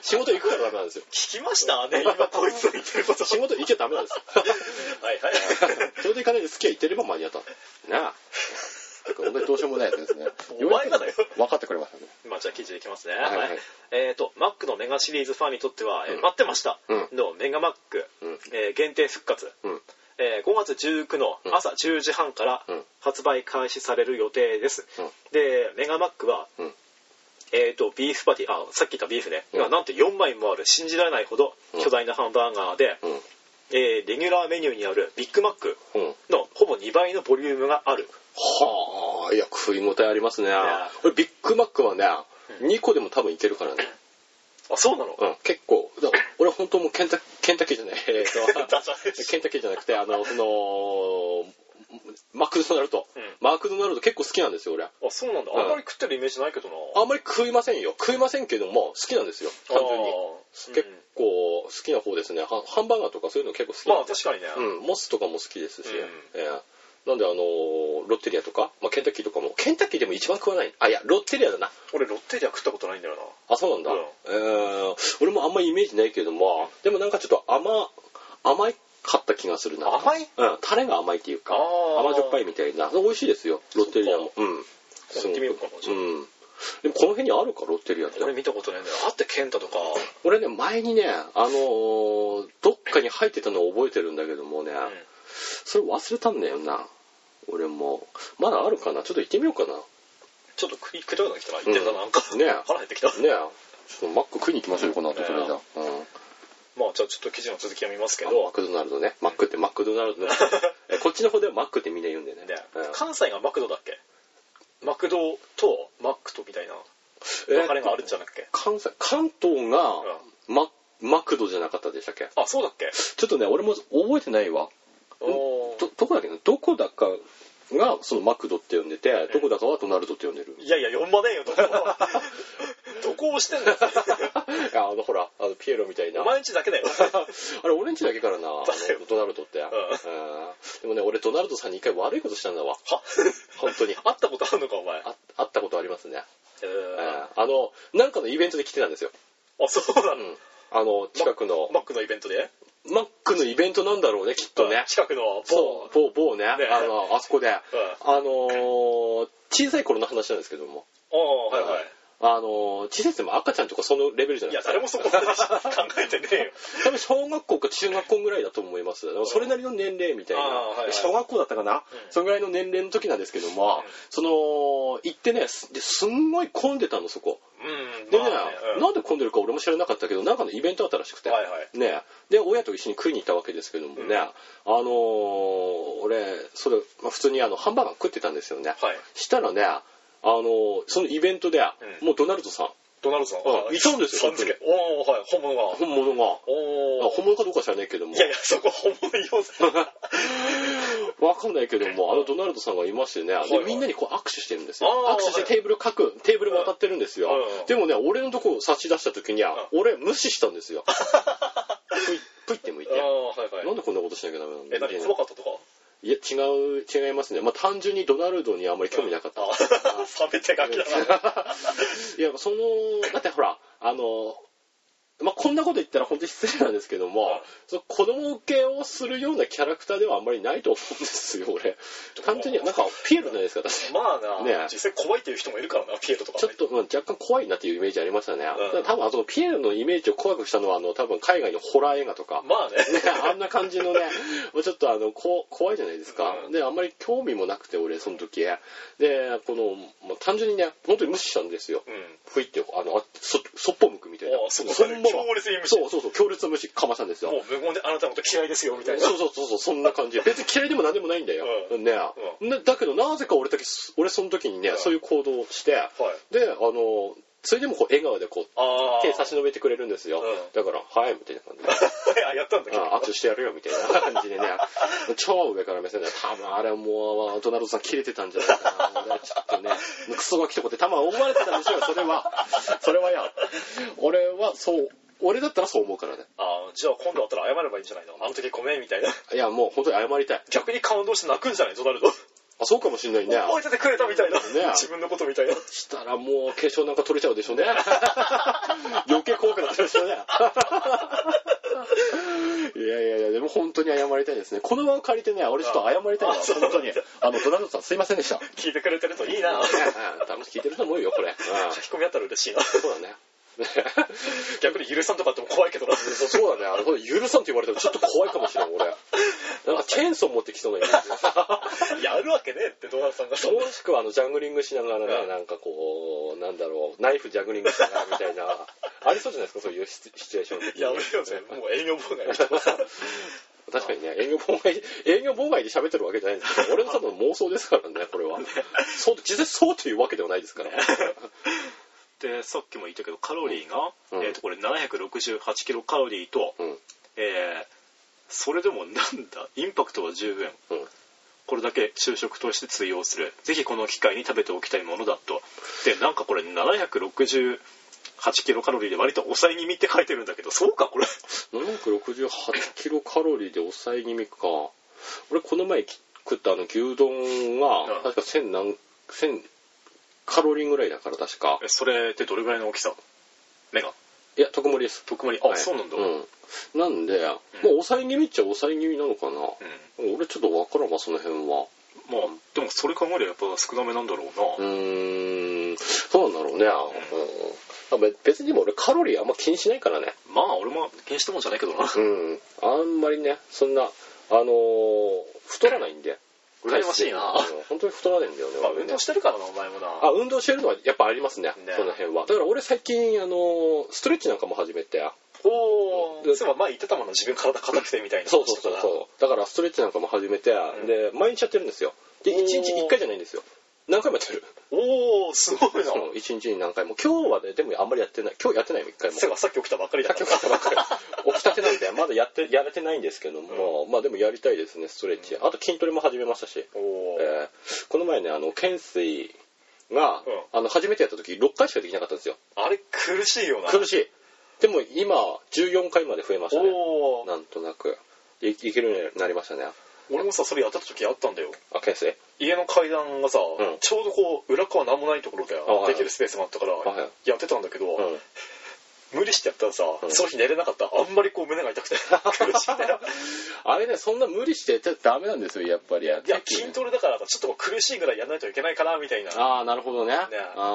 仕事行くからダメなんですよ。 聞きましたね、今こいつの言ってること。 仕事行っちゃダメなんです。 はい。 仕事行かないで好き家行ってれば間に合った。なあ。本当にどうしようもないやつですね。 お前がだよ。 分かってくれましたね。 まあじゃあ記事いきますね。 はい。 マックのメガシリーズファンにとっては、待ってましたのメガマック、限定復活。5月19の朝10時半から発売開始される予定です。で、メガマックは、ビーフパティ、さっき言ったビーフね、がなんと4枚もある信じられないほど巨大なハンバーガーで、レギュラーメニューにあるビッグマックのほぼ2倍のボリュームがある。 はあ、いや、食い応えありますね。ビッグマックはね、2個でも多分いけるからね。 あ、そうなの？ うん、結構。俺本当もうケンタッキーじゃない。ケンタッキーじゃなくて、マクドナルド。マクドナルド結構好きなんですよ、俺。 あ、そうなんだ。あんまり食ってるイメージないけどな。 あんまり食いませんよ。食いませんけども、好きなんですよ。単純に。結構好きな方ですね。ハンバーガーとかそういうの結構好き。 まあ確かにね。 モスとかも好きですし。なんでロッテリアとか、まあ、ケンタッキーとかも、ケンタッキーでも一番食わない。あ、いや、ロッテリアだな。 俺ロッテリア食ったことないんだよな。 あ、そうなんだ。俺もあんまりイメージないけども、でもなんかちょっと甘いかった気がするな。 甘い？ うん、タレが甘いっていうか、甘じょっぱいみたいな。美味しいですよ、ロッテリアも。うん。 行ってみようかな、じゃあ。 でもこの辺にあるか、ロッテリアって。 俺見たことないんだよ。あってケンタとか。 俺ね、前にね、どっかに入ってたのを覚えてるんだけどもね、それ忘れたんだよな。俺も。まだあるかな？ちょっと行ってみようかな。 ちょっと食いたくなってきたな。行ってたなんか。 ね腹減ってきた。 ねちょっとマック食いに行きましょうよ、この後、それじゃ。 まあじゃあちょっと記事の続きを見ますけど。 マクドナルドね。マックってマクドナルドね。こっちの方ではマックってみんな言うんだよね。 関西がマクドだっけ？マクドとマックとみたいな分かれがあるんじゃなくけ？ 関東がマクドじゃなかったでしたっけ？ あ、そうだっけ？ ちょっとね、俺も覚えてないわ。どこだっけな？どこだかがそのマクドって呼んでて、どこだかはドナルドって呼んでる。 いやいや、呼ばねえよ、どこをしてんの？ ほら、ピエロみたいな。 お前んちだけだよ。 あれ、俺んちだけからな、ドナルドって。でもね、俺ドナルドさんに一回悪いことしたんだわ。本当に。 会ったことあるのか、お前。 会ったことありますね。なんかのイベントで来てたんですよ。 あ、そうなの？ 近くの。 マックのイベントで？ マックのイベントなんだろうね、きっとね。 近くの某ね、あそこで、小さい頃の話なんですけども。 はいはい。 小さいっても赤ちゃんとかそのレベルじゃないですか。いや、誰もそこまで考えてねえよ。 多分小学校か中学校ぐらいだと思います。それなりの年齢みたいな。小学校だったかな？そのぐらいの年齢の時なんですけども、行ってね、すんごい混んでたの、そこ。でね、なんで混んでるか俺も知らなかったけど、なんかのイベントあったらしくて。ね。で、親と一緒に食いに行ったわけですけどもね、俺、普通にハンバーガー食ってたんですよね。したらね、そのイベントで、もうドナルドさん。 ドナルドさんいたんですよ。 さん付け。はい、本物が。 本物かどうか知らないけども。 いやいや、そこ本物言おうぜ。 わかんないけども、ドナルドさんがいましてね、でみんなにこう握手してるんですよ。握手してテーブル渡ってるんですよ。でもね、俺のとこ差し出した時には、俺無視したんですよ。ぷいって向いて。なんでこんなことしなきゃダメなんだ。 何、怖かったとか？ いや、違いますね。まあ、単純にドナルドにあんまり興味なかった。 冷めてガキだな。 いや、だってほら、まあ、こんなこと言ったら本当に失礼なんですけども、子供受けをするようなキャラクターではあんまりないと思うんですよ、俺。単純に、なんか、ピエロじゃないですか、私。 まあな、実際怖いっていう人もいるからな、ピエロとか。 ちょっと、若干怖いなっていうイメージありましたね。多分、ピエロのイメージを怖くしたのは、多分、海外のホラー映画とか。 まあね。 あんな感じのね、ちょっと怖いじゃないですか。で、あんまり興味もなくて、俺、その時。で、単純にね、本当に無視したんですよ。ふいって、そっぽ向くみたいな。 強烈に無視。 そう、強烈な無視かましたんですよ。 もう無言であなたのこと嫌いですよ、みたいな。 そう、そんな感じ。別に嫌いでも何でもないんだよ。だけど、なぜか俺その時にね、そういう行動をして、で、それでも笑顔で手差し伸べてくれるんですよ。だから、はい、みたいな感じで。 やったんだけど。 握手してやるよ、みたいな感じでね。超上から目線で、多分あれもう、ドナルドさん切れてたんじゃないかな。ちょっとね、クソガキとかって多分思われてたんでしょうよ、それはや。俺だったらそう思うからね。 じゃあ今度会ったら謝ればいいんじゃないの？あの時ごめん、みたいな。 いや、もう本当に謝りたい。 逆に顔同士泣くんじゃない、ドナルド。 そうかもしんないね。 覚えててくれたみたいな。自分のことみたいな。 したらもう化粧なんか取れちゃうでしょうね。余計怖くなっちゃうでしょうね。いや、でも本当に謝りたいですね。この場を借りてね、俺ちょっと謝りたいな、本当に。ドナルドさんすいませんでした。 聞いてくれてるといいな。 多分聞いてると思うよ、これ。 書き込みあったら嬉しいな。 そうだね。 逆に許さんとかっても怖いけどな。 そうだね。許さんって言われたらちょっと怖いかもしれん、俺。なんかチェーンソー持ってきそうなイメージ。 やるわけねえって、ドナルドさんが。 もしくはジャグリングしながらね、なんかなんだろう、ナイフジャグリングしながらみたいな。ありそうじゃないですか、そういうシチュエーション。 やめようぜ、もう営業妨害。 確かにね、営業妨害で喋ってるわけじゃないんですけど、俺の多分妄想ですからね、これは。実際そうというわけではないですから。 でさっきも言ったけどカロリーが、これ768キロカロリーと、それでもなんだインパクトは十分、これだけ昼食として通用する、ぜひこの機会に食べておきたいものだと。でなんかこれ768キロカロリーで割と抑え気味って書いてるんだけど、そうかこれ 768キロカロリーで抑え気味か。俺この前食った牛丼が確か1000カロリーぐらいだから確か。 それってどれぐらいの大きさ？目が？ いや特盛りです。 特盛り。あ、はい、そうなんだ。 なんで、もう抑え気味っちゃ抑え気味なのかな。俺ちょっとわからんわその辺は。 まあでもそれ考えればやっぱ少なめなんだろうな。 そうなんだろうね。別にも俺カロリーあんま気にしないからね。 まあ俺も気にしたもんじゃないけどな。 あんまりねそんな太らないんで。 羨ましいな。 本当に太らないんだよね。 運動してるからなお前もな。 運動してるのはやっぱありますね。その辺は。だから俺最近ストレッチなんかも始めて。 そういえば前言ってたもんな、自分体硬くてみたいな。 そう。だからストレッチなんかも始めて、で毎日やってるんですよ。で1日1回じゃないんですよ。何回もやってる。 すごいな。 1日に何回も。今日はねでもあんまりやってない。今日やってないよ1回も。 さっき起きたばっかりだから。 起きたてなんでまだやれてないんですけども、まあでもやりたいですねストレッチ。あと筋トレも始めましたし。この前ね懸垂が初めてやった時6回しかできなかったんですよ。 あれ苦しいよな。 苦しい。でも今14回まで増えましたね。なんとなくいけるようになりましたね。 俺もさそれやってた時あったんだよ。 懸垂？家の階段がさ、ちょうどこう裏側なんもないところでできるスペースがあったからやってたんだけど、無理してやったらさ、その日寝れなかった。あんまりこう胸が痛くて苦しいんだよ。 あれねそんな無理してやっちゃダメなんですよやっぱり。いや筋トレだからちょっと苦しいぐらいやらないといけないかなみたいな。 なるほどね。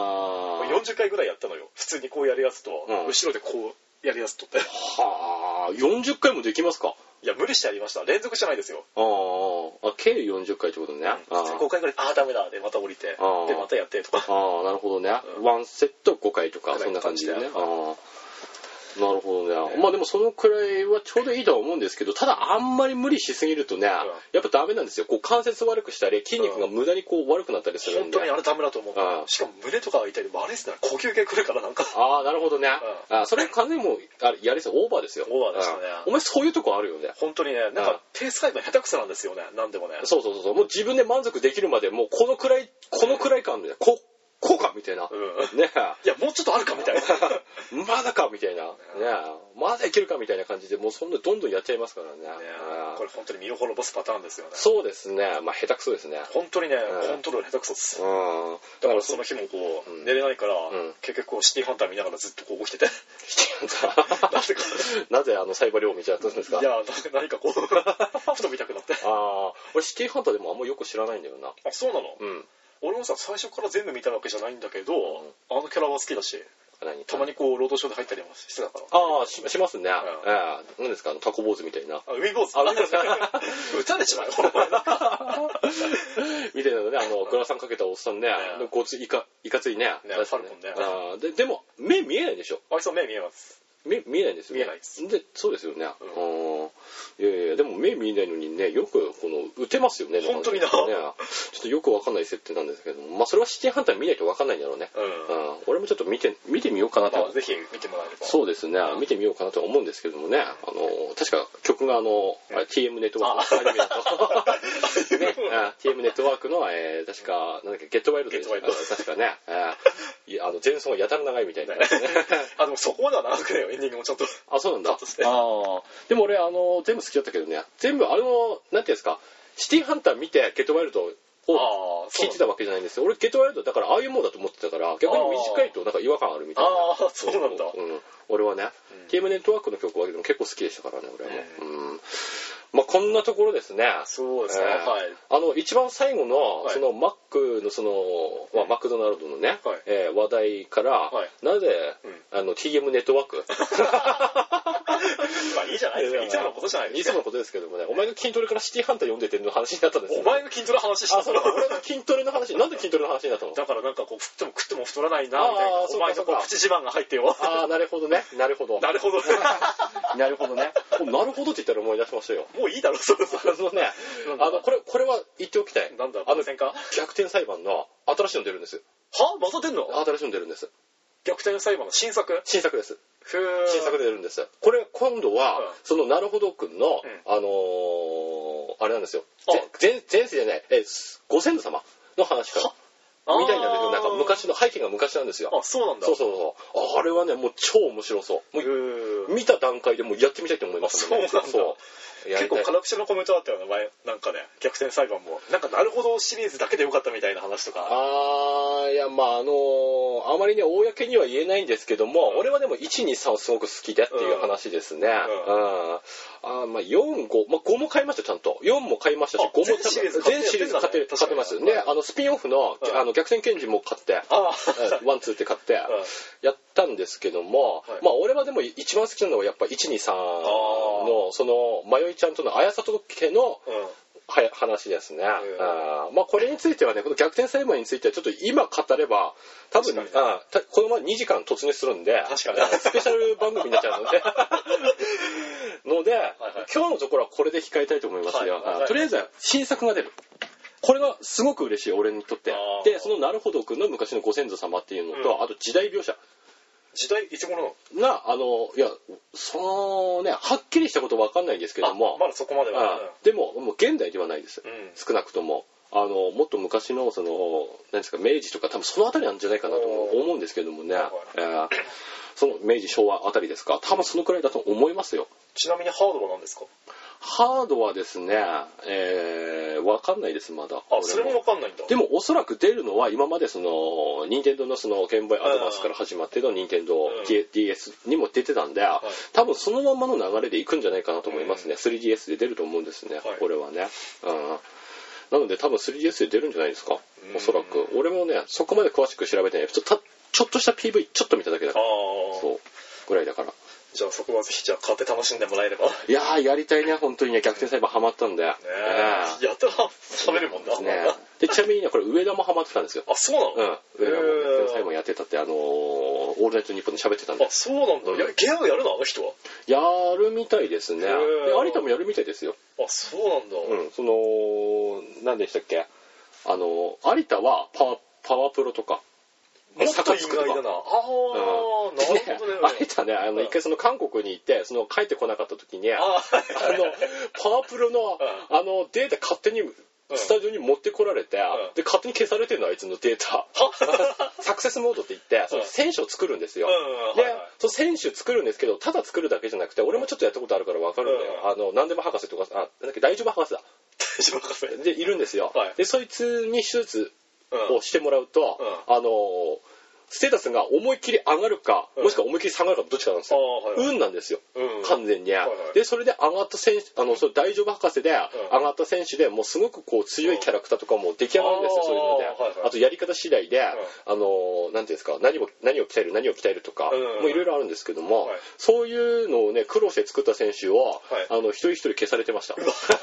40回ぐらいやったのよ。普通にこうやるやつと、後ろでこうやるやつとって。 はあ40回もできますか？ いや無理してやりました。連続じゃないですよ。 計40回ってことね。 5回ぐらいダメだでまた降りてでまたやってとか。 なるほどね。1セット5回とかそんな感じでね。なるほどね。まあでもそのくらいはちょうどいいとは思うんですけど、ただあんまり無理しすぎるとね、やっぱダメなんですよ。こう関節悪くしたり筋肉が無駄にこう悪くなったりするんで。 本当にあれダメだと思う。しかも胸とかが痛いで悪いっすね。呼吸系くるからなんか。 なるほどね。それ完全にもうやりそうオーバーですよ。 オーバーですよね。 お前そういうとこあるよね。 本当にね、なんかペース配分下手くそなんですよね。なんでもね。 そう。もう自分で満足できるまでもうこのくらい感でこうかみたいな。ね。 いやもうちょっとあるかみたいな。 まだかみたいな。ね。まだいけるかみたいな感じでもうそんなどんどんやっちゃいますからね。 これ本当に身を滅ぼすパターンですよね。 そうですね。まあ下手くそですね。 本当にねコントロール下手くそです。だからその日もこう寝れないから結局こうシティハンター見ながらずっとこう起きてて。 シティハンター。なぜサイバー量を見ちゃったんですか？ いや何かこうふと見たくなって。 俺シティハンターでもあんまよく知らないんだよな。 そうなの？俺もさ最初から全部見たわけじゃないんだけど、あのキャラは好きだし、たまにこうロードショーで入ったりもしてたから。 しますね。何ですかタコ坊主みたいな。 海坊主。撃たれちまうよ。 みたいなのねグラサンかけたおっさんね、ごついかついね。 ファルコンね。 でも目見えないでしょ。 そう目見えます。 見えないんですよね。 見えないです。 でそうですよね。いやでも目見えないのにねよく打てますよね。 本当にな。 ちょっとよくわかんない設定なんですけども、まあそれはシティハンター見ないとわかんないんだろうね。俺もちょっと見てみようかなと。 ぜひ見てもらえれば。 そうですね。見てみようかなと思うんですけどもね。確か曲がTM ネットワークのアニメだと。TM ネットワークの確かなんだっけゲットワイルドです確かね。前奏がやたら長いみたいな。でもそこまでは長くねよエンディングもちょっと。 そうなんだ。でも俺全部好きだったけどね。全部なんていうんですかシティハンター見てゲットワイルドを聞いてたわけじゃないんですよ。俺ゲットワイルドだからああいうもんだと思ってたから逆に短いとなんか違和感あるみたいな。 そうなんだ。 俺はね TM ネットワークの曲は結構好きでしたからね俺は。まあこんなところですね。 そうですね。 一番最後のそのマックのマクドナルドのね話題からなぜTM ネットワークまあいいじゃないですか。いつものことじゃないですか。 いつものことですけどもね。お前が筋トレからシティハンター読んでての話になったんですよ。 お前が筋トレの話したの？俺の筋トレの話。なんで筋トレの話になったの？ だからなんかこう食っても太らないなみたいな。お前の口自慢が入ってよ。 なるほどね。なるほど。 なるほど。 なるほどね。なるほどって言ったら思い出しましたよ。 もういいだろそろそろ。 ね。これは言っておきたい。 なんだ逆転裁判の新しいの出るんです。 また出んの？ 新しいの出るんです。 逆転裁判の新作です。新作で出るんです。これ今度は、そのなるほどくんの、あれなんですよ。前世じゃない、ご先祖様の話から。みたいなんだけど、なんか昔の背景が昔なんですよ。 あ、そうなんだ。 そう。あれはね、もう超面白そう。もう見た段階でもうやってみたいと思いますね。 そうなんだ。結構辛口のコメントだったよね、前。なんかね、逆転裁判も。なんかなるほどシリーズだけでよかったみたいな話とか。 いや、まああまりね、公には言えないんですけども、俺はでも1、2、3はすごく好きでっていう話ですね。まあ4、5、まあ5も買いました、ちゃんと。4も買いましたし、5も全シリーズ買ってます。ね、スピンオフの逆転賢治も買って、1、2って買って、やったんですけども、まあ俺はでも一番好きなのはやっぱ1、2、3の、その、迷いちゃんとの綾里家の、話ですね。まあこれについてはね、この逆転裁判についてはちょっと今語れば、多分、このまま2時間突入するんで、スペシャル番組になっちゃうので、今日のところはこれで控えたいと思いますよ。とりあえず新作が出る。これがすごく嬉しい、俺にとって。で、そのなるほどくんの昔のご先祖様っていうのと、あと時代描写。 時代いつ頃が、いや、はっきりしたことわかんないんですけども。 まだそこまでは。 でも、もう現代ではないです。少なくとも。もっと昔の、何ですか、明治とか多分そのあたりなんじゃないかなと思うんですけどもね。その明治昭和あたりですか。多分そのくらいだと思いますよ。 ちなみにハードは何ですか？ ハードはですね、わかんないです、まだ。 それもわかんないんだ。 でもおそらく出るのは今まで任天堂のゲームボーイアドバンスから始まっての任天堂 DS にも出てたんで、多分そのままの流れでいくんじゃないかなと思いますね。3DS で出ると思うんですね、これはね。なので多分 3DS で出るんじゃないですか、おそらく。俺もね、そこまで詳しく調べてない。ちょっとした PV ちょっと見ただけだから。そう。ぐらいだから。 じゃあそこはぜひ買って楽しんでもらえれば。 いやー、やりたいね、本当にね。逆転裁判ハマったんで。 やったら喋るもんだ。 で、ちなみにね、これ上田もハマってたんですよ。 あ、そうなの？ 上田も逆転裁判やってたって、オールナイトニッポンで喋ってたんで。 あ、そうなんだ。ゲームやるのあの人は？ やるみたいですね。で、有田もやるみたいですよ。 あ、そうなんだ。 何でしたっけ？有田はパワープロとか。 もっと意外だな。なるほどね。 有田ね、一回韓国に行って、帰ってこなかった時に、パワープロの、データ勝手に、スタジオに持ってこられて、で、勝手に消されてるの、あいつのデータ。サクセスモードって言って、選手を作るんですよ。で、その選手作るんですけど、ただ作るだけじゃなくて、俺もちょっとやったことあるから分かるんだよ。何でも博士とか、なんだっけ、大丈夫博士だ。 大丈夫博士で、いるんですよ。で、そいつに手術をしてもらうと、ステータスが思いっきり上がるか、もしくは思いっきり下がるかどっちかなんですよ。運なんですよ。完全に。で、それで上がった選手、大丈夫博士で上がった選手でもうすごく強いキャラクターとかも出来上がるんですよ、そういうので。あとやり方次第で、なんていうんですか、何を鍛えるとか、もういろいろあるんですけども、そういうのをね、苦労して作った選手を、一人一人消されてました。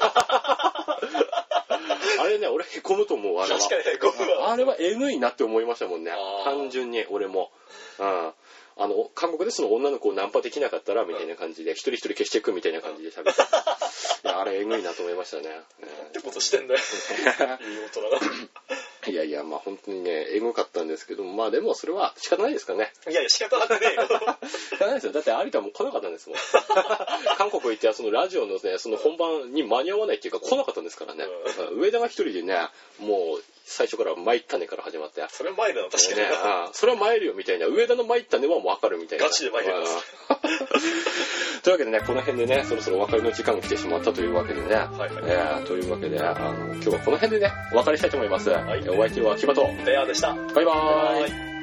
あれね、俺へこむと思う、あれは。 確かにへこむわ。 あれはえぐいなって思いましたもんね。単純に、俺も。韓国でその女の子をナンパできなかったら、みたいな感じで、一人一人消していくみたいな感じで喋って。いや、あれえぐいなと思いましたね。 ってことしてんだよ。いい大人が。 いやいや、まあ本当にね、エゴかったんですけども、まあでもそれは仕方ないですかね。 いやいや、仕方なくねえよ。 仕方ないですよ。だって有田も来なかったんですもん。韓国行ってそのラジオのね、その本番に間に合わないっていうか来なかったんですからね。上田が一人でね、もう最初から参ったねから始まって。 それは参るの確かにね。 それは参るよみたいな。上田の参ったねはもうわかるみたいな。 ガチで参ります。 というわけでね、この辺でね、そろそろお別れの時間が来てしまったというわけでね。というわけで、今日はこの辺でね、お別れしたいと思います。お相手はキバとレアでした。 バイバーイ。